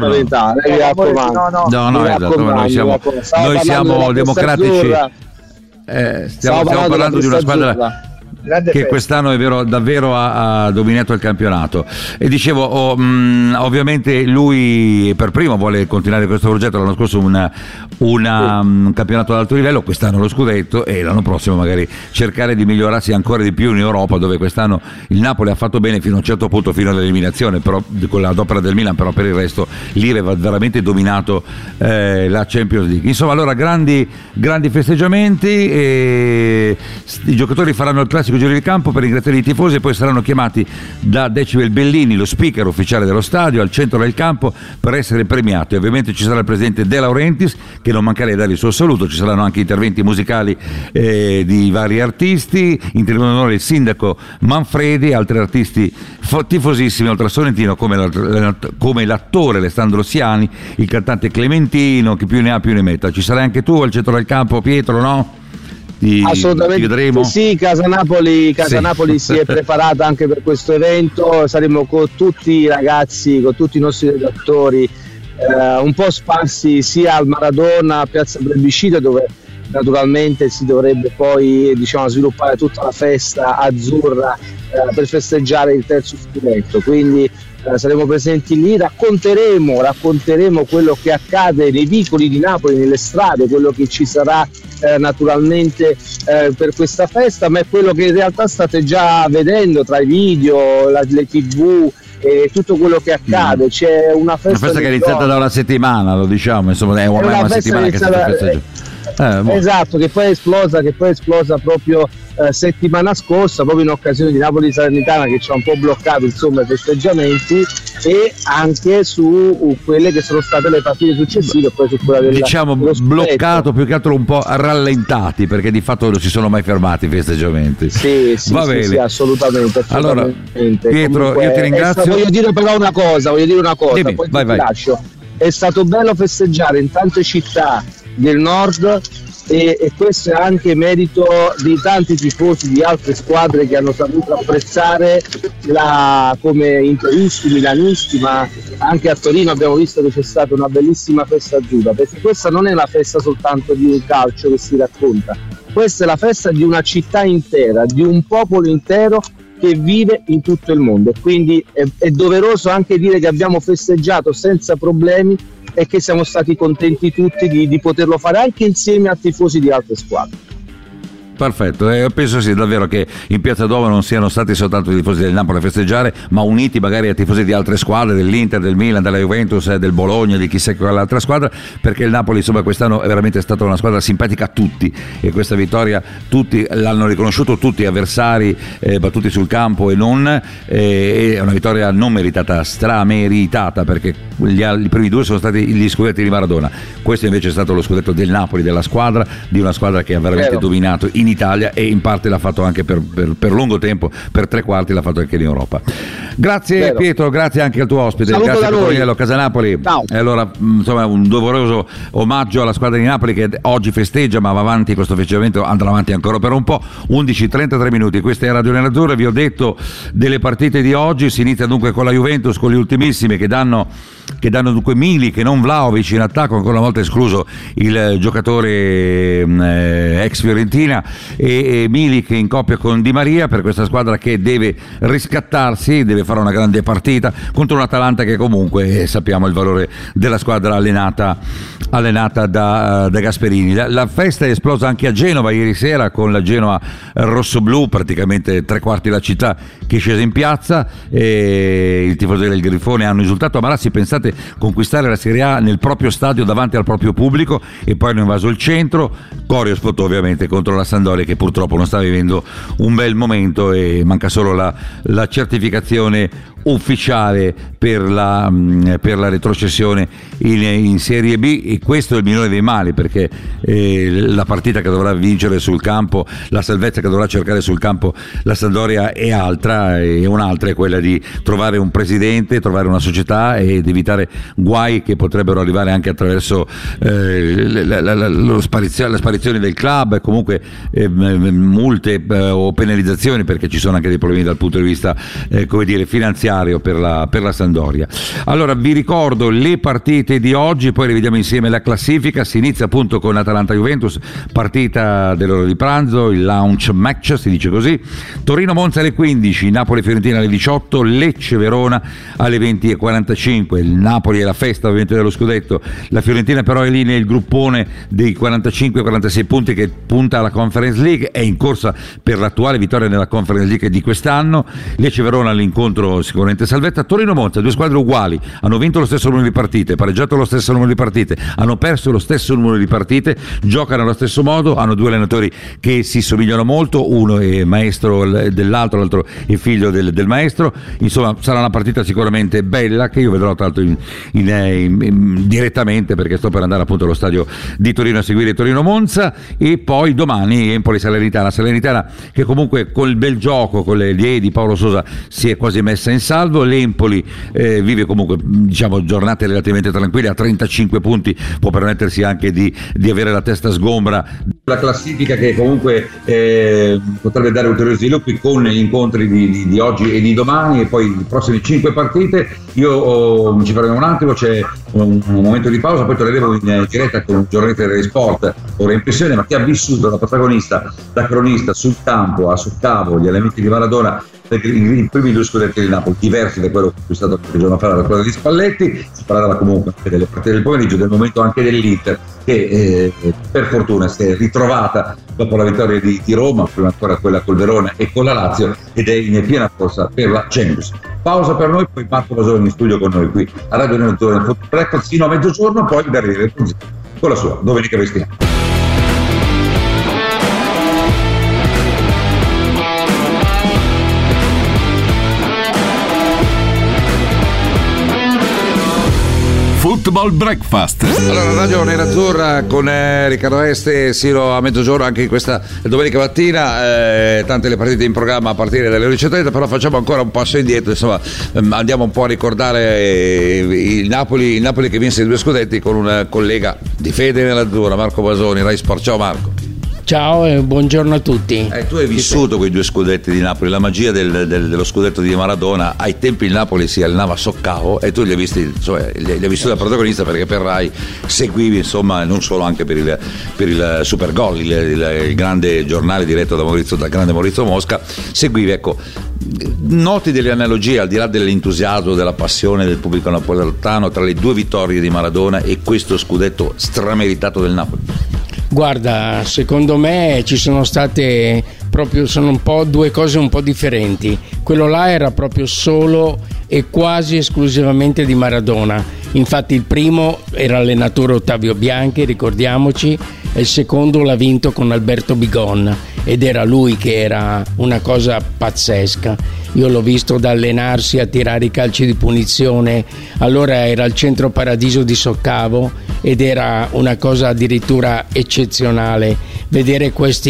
Noi siamo democratici, stiamo parlando di una squadra che quest'anno è davvero ha dominato il campionato. E dicevo, ovviamente lui per primo vuole continuare questo progetto. L'anno scorso un campionato ad alto livello, quest'anno lo scudetto, e l'anno prossimo magari cercare di migliorarsi ancora di più in Europa, dove quest'anno il Napoli ha fatto bene fino a un certo punto, fino all'eliminazione però con l'adopera del Milan, però per il resto lì aveva veramente dominato la Champions League. Insomma, allora grandi festeggiamenti, e i giocatori faranno il classico giro di campo per ringraziare i tifosi e poi saranno chiamati da Decibel Bellini, lo speaker ufficiale dello stadio, al centro del campo per essere premiati. Ovviamente ci sarà il presidente De Laurentiis, che non mancherà di dare il suo saluto. Ci saranno anche interventi musicali di vari artisti, interverranno il sindaco Manfredi, altri artisti tifosissimi oltre a Sorrentino come l'attore Alessandro Siani, il cantante Clementino, che più ne ha più ne metta. Ci sarai anche tu al centro del campo, Pietro, no? Assolutamente ti vedremo? Sì, Casa Napoli si è preparata anche per questo evento. Saremo con tutti i ragazzi, con tutti i nostri redattori un po' sparsi sia al Maradona, a Piazza Plebiscito, dove naturalmente si dovrebbe poi sviluppare tutta la festa azzurra per festeggiare il terzo scudetto. Quindi saremo presenti lì, racconteremo quello che accade nei vicoli di Napoli, nelle strade, quello che ci sarà naturalmente per questa festa, ma è quello che in realtà state già vedendo tra i video, le TV e tutto quello che accade. C'è una festa che è iniziata da una settimana, lo diciamo, insomma è ormai una settimana che si festeggia. Esatto, che poi è esplosa proprio settimana scorsa, proprio in occasione di Napoli Salernitana, che ci ha un po' bloccato insomma i festeggiamenti, e anche su quelle che sono state le partite successive, poi su quella bloccato, più che altro un po' rallentati, perché di fatto non si sono mai fermati i festeggiamenti. Sì, assolutamente. Allora Pietro, io ti ringrazio. Voglio dire una cosa, Dimmi, poi vai. ti lascio. È stato bello festeggiare in tante città del nord, e questo è anche merito di tanti tifosi di altre squadre che hanno saputo apprezzare come interisti, milanisti, ma anche a Torino abbiamo visto che c'è stata una bellissima festa azzurra, perché questa non è la festa soltanto di un calcio che si racconta, questa è la festa di una città intera, di un popolo intero che vive in tutto il mondo, quindi è doveroso anche dire che abbiamo festeggiato senza problemi e che siamo stati contenti tutti di poterlo fare anche insieme a tifosi di altre squadre. Perfetto, penso sì davvero che in Piazza Duomo non siano stati soltanto i tifosi del Napoli a festeggiare, ma uniti magari a tifosi di altre squadre, dell'Inter, del Milan, della Juventus, del Bologna, di chissà quale altra squadra, perché il Napoli insomma quest'anno è veramente stata una squadra simpatica a tutti, e questa vittoria tutti l'hanno riconosciuto, tutti avversari battuti sul campo e non, è una vittoria non meritata, strameritata, perché i primi due sono stati gli scudetti di Maradona, questo invece è stato lo scudetto del Napoli, della squadra, di una squadra che ha veramente dominato in Italia, e in parte l'ha fatto anche per lungo tempo, per 3/4 l'ha fatto anche in Europa. Grazie Pietro, grazie anche al tuo ospite. Saluto, grazie da Torniello Casanapoli. Ciao. E allora insomma un doveroso omaggio alla squadra di Napoli che oggi festeggia, ma va avanti, questo festeggiamento andrà avanti ancora per un po'. 11:33 minuti, questa è Radio Nerazzurra, vi ho detto delle partite di oggi. Si inizia dunque con la Juventus, con le ultimissime che danno dunque Milik e non Vlahovic in attacco, ancora una volta escluso il giocatore ex Fiorentina, e Milik in coppia con Di Maria, per questa squadra che deve riscattarsi, deve fare una grande partita contro un Atalanta che comunque sappiamo il valore della squadra allenata da Gasperini. La festa è esplosa anche a Genova ieri sera, con la Genoa rossoblù, praticamente 3/4 della città che è scesa in piazza, e i tifosi del Grifone hanno esultato a Marassi, pensate, conquistare la Serie A nel proprio stadio davanti al proprio pubblico, e poi hanno invaso il centro. Corio sfottò ovviamente contro la Sampdoria, che purtroppo non sta vivendo un bel momento, e manca solo la certificazione ufficiale per la retrocessione in Serie B, e questo è il minore dei mali, perché la partita che dovrà vincere sul campo, la salvezza che dovrà cercare sul campo la Sampdoria è altra, e un'altra è quella di trovare un presidente, trovare una società ed evitare guai che potrebbero arrivare anche attraverso la sparizione del club, comunque multe o penalizzazioni, perché ci sono anche dei problemi dal punto di vista finanziario per la Sampdoria. Allora vi ricordo le partite di oggi, poi rivediamo insieme la classifica. Si inizia appunto con Atalanta-Juventus, partita dell'ora di pranzo, il launch match si dice così. Torino-Monza alle 15, Napoli-Fiorentina alle 18, Lecce-Verona alle 20:45. Il Napoli è la festa ovviamente dello scudetto, la Fiorentina però è lì nel gruppone dei 45-46 punti che punta alla Conference League, è in corsa per l'attuale vittoria nella Conference League di quest'anno. Lecce-Verona all'incontro sicuramente salvezza. Torino-Monza, due squadre uguali, hanno vinto lo stesso numero di partite, pareggiato lo stesso numero di partite, hanno perso lo stesso numero di partite, giocano allo stesso modo, hanno due allenatori che si somigliano molto, uno è maestro dell'altro, l'altro è figlio del maestro. Insomma sarà una partita sicuramente bella, che io vedrò tra l'altro direttamente, perché sto per andare appunto allo stadio di Torino a seguire Torino-Monza. E poi domani Empoli-Salernitana, che comunque col bel gioco, con le idee di Paolo Sosa, si è quasi messa in salvo. L'Empoli vive comunque giornate relativamente tranquille, a 35 punti può permettersi anche di avere la testa sgombra. La classifica che comunque potrebbe dare ulteriori sviluppi con gli incontri di oggi e di domani, e poi le prossime 5 partite. Io ci faremo un attimo, c'è un momento di pausa, poi torneremo in diretta con un giornalista dei sport, ora in pensione, ma che ha vissuto da protagonista, da cronista sul campo, a Sottavo, gli elementi di Maradona, i primi due scudetti del Napoli, diversi da quello conquistato qualche giorno fa da quello di Spalletti. Si parlerà comunque anche delle partite del pomeriggio, del momento anche dell'Inter, che per fortuna si è ritrovata dopo la vittoria di Roma, prima ancora quella col Verona e con la Lazio, ed è in piena corsa per la Champions. Pausa per noi, poi Marco Vasoni in studio con noi qui a Radio Nerazzurra fino a mezzogiorno, poi Dario con la sua Domenica Vestiaria. Football Breakfast. Allora, Radio Nerazzurra con Riccardo Este, Siro a mezzogiorno anche in questa domenica mattina, tante le partite in programma a partire dalle 11:30, però facciamo ancora un passo indietro, insomma, andiamo un po' a ricordare il Napoli che vinse i 2 scudetti con un collega di fede nerazzurra, Marco Basoni, Rai Sport. Ciao Marco. Ciao e buongiorno a tutti. Tu hai vissuto quei 2 scudetti di Napoli, la magia dello scudetto di Maradona. Ai tempi il Napoli si allenava a Soccavo e tu li hai visti, insomma, li hai visti da protagonista, perché per Rai seguivi, insomma, non solo anche per il Super Gol, il grande giornale diretto dal grande Maurizio Mosca, seguivi, ecco, noti delle analogie al di là dell'entusiasmo, della passione del pubblico napoletano tra le 2 vittorie di Maradona e questo scudetto strameritato del Napoli? Guarda, secondo me ci sono state sono un po' 2 cose un po' differenti. Quello là era proprio solo e quasi esclusivamente di Maradona. Infatti il primo era allenatore Ottavio Bianchi, ricordiamoci, e il secondo l'ha vinto con Alberto Bigon, ed era lui che era una cosa pazzesca. Io l'ho visto da allenarsi a tirare i calci di punizione, allora era al Centro Paradiso di Soccavo ed era una cosa addirittura eccezionale vedere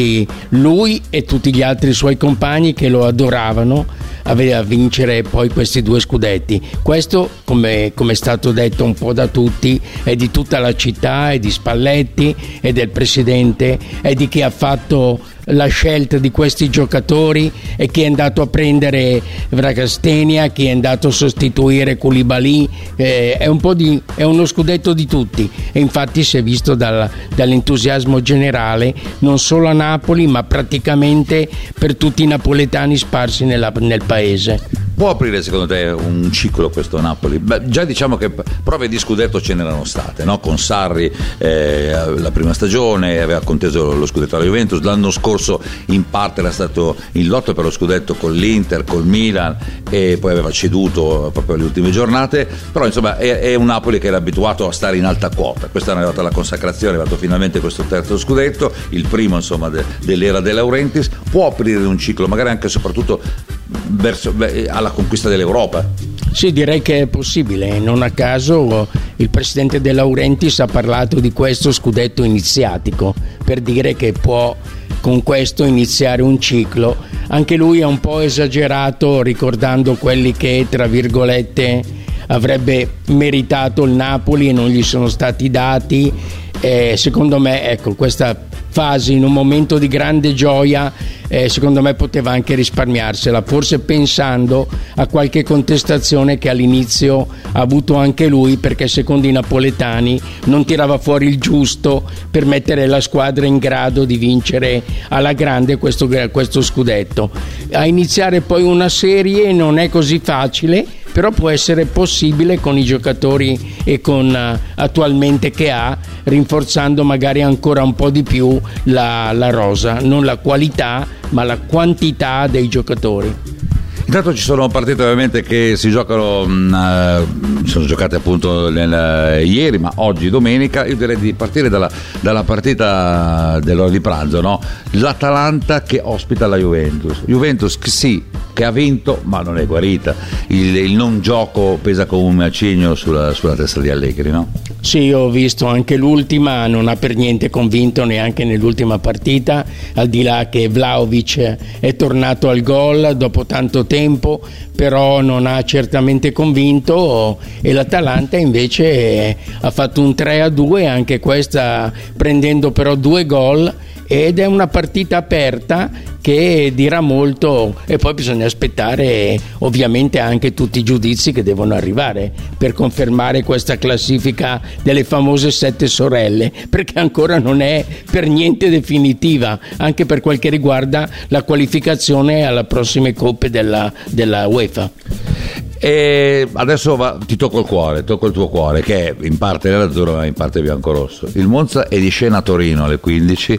lui e tutti gli altri suoi compagni che lo adoravano a vincere poi questi 2 scudetti. Questo, come è stato detto un po' da tutti, è di tutta la città, è di Spalletti, è del presidente, è di chi ha fatto la scelta di questi giocatori e chi è andato a prendere Vragastenia, chi è andato a sostituire Koulibaly, è uno scudetto di tutti, e infatti si è visto dall'entusiasmo generale non solo a Napoli ma praticamente per tutti i napoletani sparsi nel paese. Può aprire secondo te un ciclo questo Napoli? Già diciamo che prove di scudetto ce n'erano state, no? Con Sarri la prima stagione aveva conteso lo scudetto alla Juventus, l'anno scorso in parte era stato in lotto per lo scudetto con l'Inter, col Milan, e poi aveva ceduto proprio alle ultime giornate, però insomma è un Napoli che era abituato a stare in alta quota. Quest'anno è arrivata la consacrazione, è arrivato finalmente questo 3° scudetto, il primo insomma dell'era De Laurentiis. Può aprire un ciclo magari anche e soprattutto alla conquista dell'Europa? Sì, direi che è possibile. Non a caso il presidente De Laurentiis ha parlato di questo scudetto iniziatico, per dire che può con questo iniziare un ciclo. Anche lui ha un po' esagerato, ricordando quelli che, tra virgolette, avrebbe meritato il Napoli e non gli sono stati dati. Secondo me, ecco, questa fase in un momento di grande gioia, secondo me poteva anche risparmiarsela, forse pensando a qualche contestazione che all'inizio ha avuto anche lui, perché secondo i napoletani non tirava fuori il giusto per mettere la squadra in grado di vincere alla grande questo scudetto. A iniziare poi una serie non è così facile, però può essere possibile con i giocatori e con attualmente che ha, rinforzando magari ancora un po' di più la rosa, non la qualità ma la quantità dei giocatori. Intanto ci sono partite ovviamente che si giocano, sono giocate appunto ieri, ma oggi domenica. Io direi di partire dalla partita dell'ora di pranzo, no? L'Atalanta che ospita la Juventus che ha vinto ma non è guarita. Il non gioco pesa come un macigno sulla testa di Allegri, no? Sì, io ho visto anche l'ultima, non ha per niente convinto neanche nell'ultima partita, al di là che Vlahovic è tornato al gol dopo tanto tempo, però non ha certamente convinto, e l'Atalanta invece ha fatto un 3-2, anche questa prendendo però 2 gol, ed è una partita aperta che dirà molto, e poi bisogna aspettare ovviamente anche tutti i giudizi che devono arrivare per confermare questa classifica delle famose 7 sorelle, perché ancora non è per niente definitiva, anche per quel che riguarda la qualificazione alle prossime coppe della UEFA. E adesso ti tocco il tuo cuore, che è in parte nerazzurro ma in parte biancorosso. Il Monza è di scena a Torino alle 15,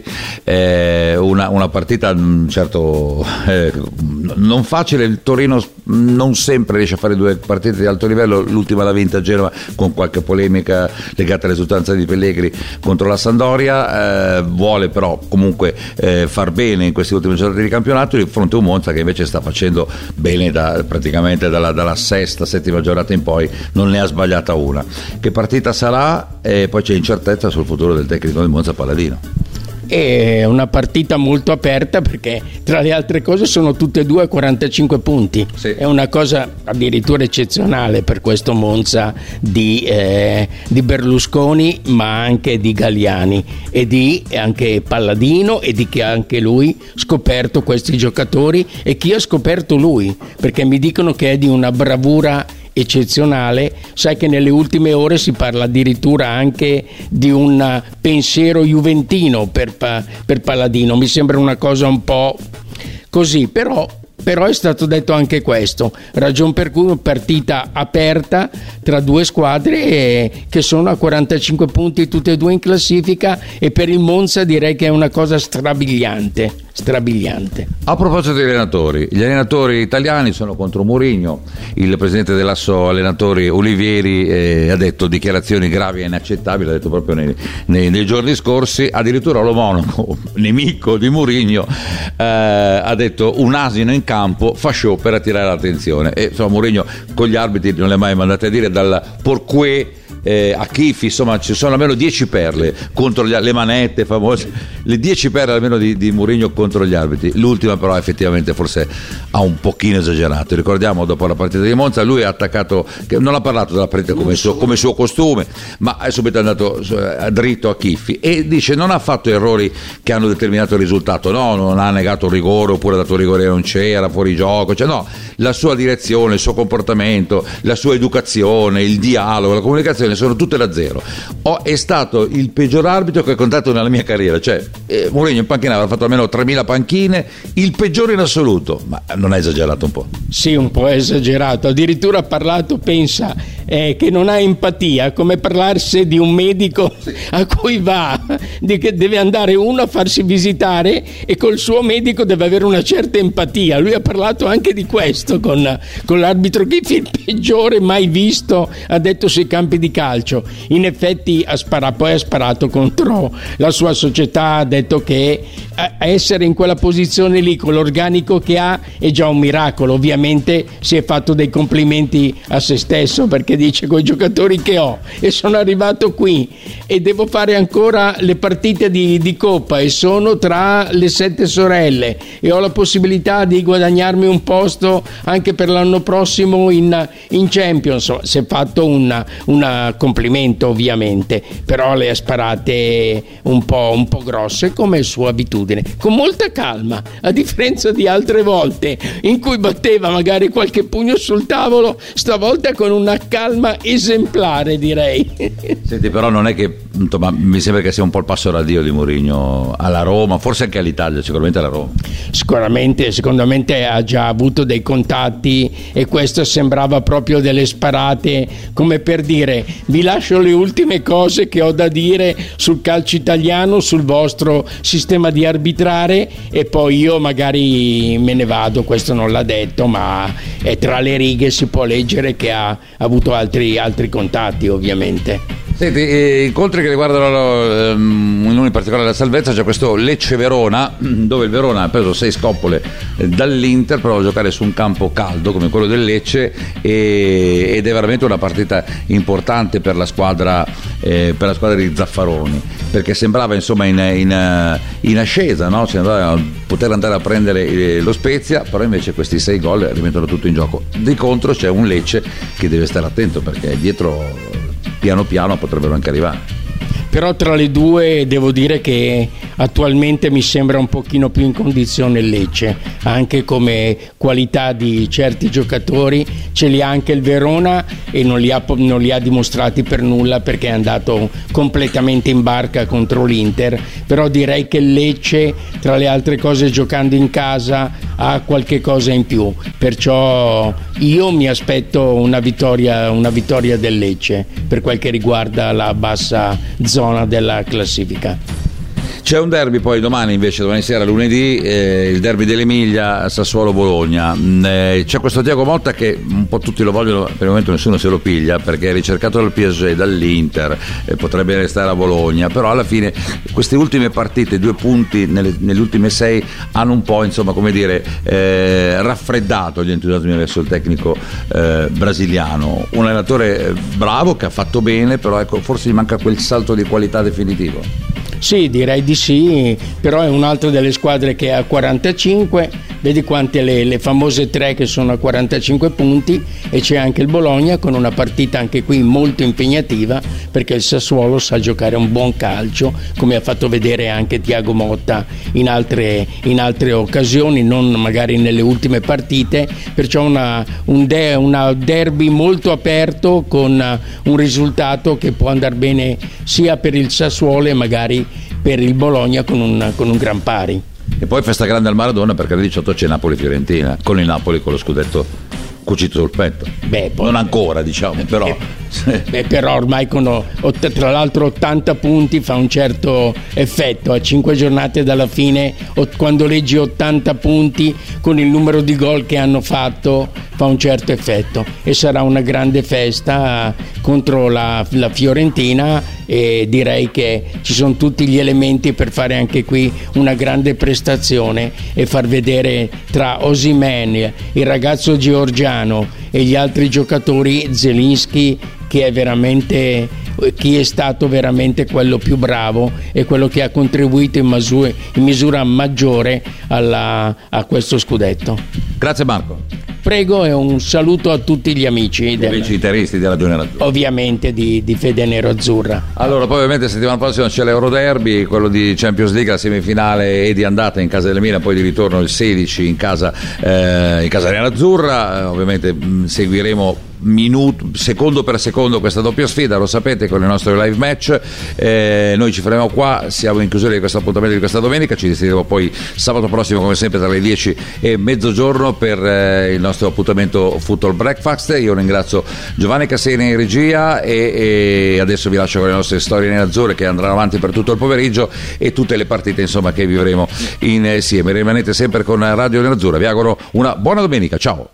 una partita certo non facile. Il Torino non sempre riesce a fare 2 partite di alto livello, l'ultima l'ha vinta a Genova con qualche polemica legata all'esultanza di Pellegrini contro la Sampdoria, vuole però comunque far bene in queste ultime giornate di campionato, di fronte a un Monza che invece sta facendo bene praticamente dalla sesta, settima giornata in poi non ne ha sbagliata una. Che partita sarà? E poi c'è incertezza sul futuro del tecnico del Monza Palladino. È una partita molto aperta, perché tra le altre cose sono tutte e due a 45 punti. Sì. È una cosa addirittura eccezionale per questo Monza di Berlusconi, ma anche di Galliani e di anche Palladino, e di chi ha anche lui scoperto questi giocatori e chi ha scoperto lui, perché mi dicono che è di una bravura eccezionale. Sai che nelle ultime ore si parla addirittura anche di un pensiero juventino per Palladino. Mi sembra una cosa un po' così, però è stato detto anche questo, ragion per cui una partita aperta tra due squadre che sono a 45 punti tutte e due in classifica, e per il Monza direi che è una cosa strabiliante. A proposito degli allenatori, gli allenatori italiani sono contro Mourinho. Il presidente dell'Asso Allenatori Olivieri ha detto dichiarazioni gravi e inaccettabili, ha detto proprio nei giorni scorsi. Addirittura Lo Monaco, nemico di Mourinho, ha detto un asino in campo fa show per attirare l'attenzione, e insomma Mourinho con gli arbitri non le ha mai mandate a dire, dal Porqué a Chiffi, insomma ci sono almeno 10 perle contro le manette famose, le 10 perle almeno di Mourinho contro gli arbitri. L'ultima però effettivamente forse ha un pochino esagerato. Ricordiamo, dopo la partita di Monza lui ha attaccato, non ha parlato della partita come suo costume, ma è subito andato dritto a Chiffi e dice non ha fatto errori che hanno determinato il risultato, no, non ha negato un rigore oppure dato un rigore che non c'era, fuori gioco, cioè no, la sua direzione, il suo comportamento, la sua educazione, il dialogo, la comunicazione sono tutte da zero. È stato il peggior arbitro che ho contato nella mia carriera, cioè Mourinho in panchina aveva fatto almeno 3.000 panchine, il peggiore in assoluto, ma non ha esagerato un po'? Sì, un po' esagerato, addirittura ha parlato, pensa, che non ha empatia, come parlarsi di un medico a cui va, di che deve andare uno a farsi visitare e col suo medico deve avere una certa empatia. Lui ha parlato anche di questo con l'arbitro Chiffi, il peggiore mai visto, ha detto, sui campi di calcio. In effetti ha sparato contro la sua società, ha detto che essere in quella posizione lì con l'organico che ha è già un miracolo. Ovviamente si è fatto dei complimenti a se stesso, perché dice con i giocatori che ho e sono arrivato qui e devo fare ancora le partite di Coppa e sono tra le 7 sorelle e ho la possibilità di guadagnarmi un posto anche per l'anno prossimo in Champions. Si è fatto un complimento, ovviamente, però le ha sparate un po' grosse, come è sua abitudine, con molta calma, a differenza di altre volte in cui batteva magari qualche pugno sul tavolo, stavolta con una calma esemplare, direi. Senti, però non è che, insomma, mi sembra che sia un po' il passo d'addio di Mourinho alla Roma, forse anche all'Italia, sicuramente alla Roma. Sicuramente ha già avuto dei contatti e questo sembrava proprio delle sparate, come per dire: vi lascio le ultime cose che ho da dire sul calcio italiano, sul vostro sistema di arbitrare e poi io magari me ne vado. Questo non l'ha detto, ma è tra le righe, si può leggere che ha avuto altri contatti, ovviamente. Senti, incontri che riguardano in particolare la salvezza, c'è questo Lecce-Verona, dove il Verona ha preso 6 scoppole dall'Inter, però a giocare su un campo caldo come quello del Lecce, ed è veramente una partita importante per la squadra di Zaffaroni, perché sembrava, insomma, in ascesa, no? Sembrava poter andare a prendere lo Spezia, però invece questi 6 gol rimettono tutto in gioco. Di contro c'è un Lecce che deve stare attento, perché dietro piano piano potrebbero anche arrivare. Però tra le due devo dire che attualmente mi sembra un pochino più in condizione il Lecce, anche come qualità di certi giocatori ce li ha anche il Verona e non li ha dimostrati per nulla, perché è andato completamente in barca contro l'Inter. Però direi che il Lecce, tra le altre cose, giocando in casa ha qualche cosa in più, perciò io mi aspetto una vittoria del Lecce per quel che riguarda la bassa zona della classifica. C'è un derby poi domani sera, lunedì, il derby dell'Emilia, Sassuolo-Bologna. C'è questo Thiago Motta che un po' tutti lo vogliono, per il momento nessuno se lo piglia perché è ricercato dal PSG, dall'Inter, potrebbe restare a Bologna, però alla fine queste ultime partite, 2 punti nelle ultime 6, hanno un po', insomma, come dire, raffreddato gli entusiasmi verso il tecnico brasiliano. Un allenatore bravo che ha fatto bene, però ecco, forse gli manca quel salto di qualità definitivo. Sì, direi di sì, però è un'altra delle squadre che ha 45, vedi quante le famose 3 che sono a 45 punti, e c'è anche il Bologna con una partita anche qui molto impegnativa, perché il Sassuolo sa giocare un buon calcio, come ha fatto vedere anche Thiago Motta in altre occasioni, non magari nelle ultime partite, perciò un derby molto aperto con un risultato che può andare bene sia per il Sassuolo e magari per il Bologna con un gran pari. E poi festa grande al Maradona, perché alle 18 c'è Napoli-Fiorentina, con il Napoli con lo scudetto cucito sul petto. Non ancora, diciamo, però. Però ormai tra l'altro 80 punti fa un certo effetto, a 5 giornate dalla fine, quando leggi 80 punti con il numero di gol che hanno fatto, fa un certo effetto, e sarà una grande festa contro la Fiorentina, e direi che ci sono tutti gli elementi per fare anche qui una grande prestazione e far vedere tra Osimhen, il ragazzo georgiano e gli altri giocatori, Zelinski, chi è stato veramente quello più bravo e quello che ha contribuito in misura maggiore a questo scudetto. Grazie Marco. Prego, e un saluto a tutti gli amici interisti della Ragione Nerazzurra, ovviamente di Fede Nerazzurra. Allora, poi ovviamente settimana prossima c'è l'Euroderby, quello di Champions League, la semifinale e di andata in casa dell'Emilia, poi di ritorno il 16 in casa Nerazzurra. Ovviamente seguiremo secondo per secondo questa doppia sfida, lo sapete, con i nostri live match. Noi ci fermiamo qua, siamo in chiusura di questo appuntamento di questa domenica, ci risentiremo poi sabato prossimo come sempre tra le 10 e mezzogiorno per il nostro appuntamento Football Breakfast. Io ringrazio Giovanni Cassini in regia e adesso vi lascio con le nostre storie nerazzurre che andranno avanti per tutto il pomeriggio e tutte le partite, insomma, che vivremo insieme. Rimanete sempre con Radio Nerazzurra, vi auguro una buona domenica, ciao.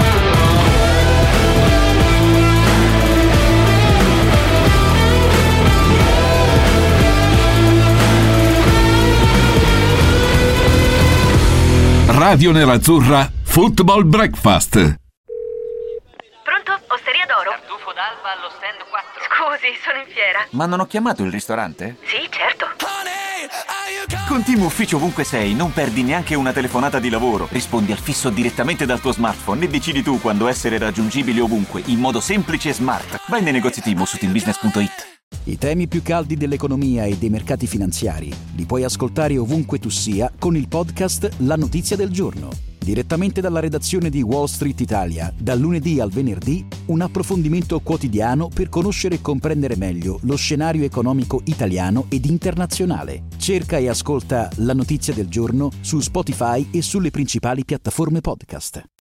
Radio Nerazzurra Football Breakfast. Pronto? Osteria d'Oro? Tartufo d'alba allo stand 4. Scusi, sono in fiera. Ma non ho chiamato il ristorante? Sì, certo. Con Team Ufficio ovunque sei, non perdi neanche una telefonata di lavoro. Rispondi al fisso direttamente dal tuo smartphone e decidi tu quando essere raggiungibile ovunque, in modo semplice e smart. Vai nei negozi Team o su teambusiness.it. I temi più caldi dell'economia e dei mercati finanziari li puoi ascoltare ovunque tu sia con il podcast La Notizia del Giorno. Direttamente dalla redazione di Wall Street Italia, dal lunedì al venerdì, un approfondimento quotidiano per conoscere e comprendere meglio lo scenario economico italiano ed internazionale. Cerca e ascolta La Notizia del Giorno su Spotify e sulle principali piattaforme podcast.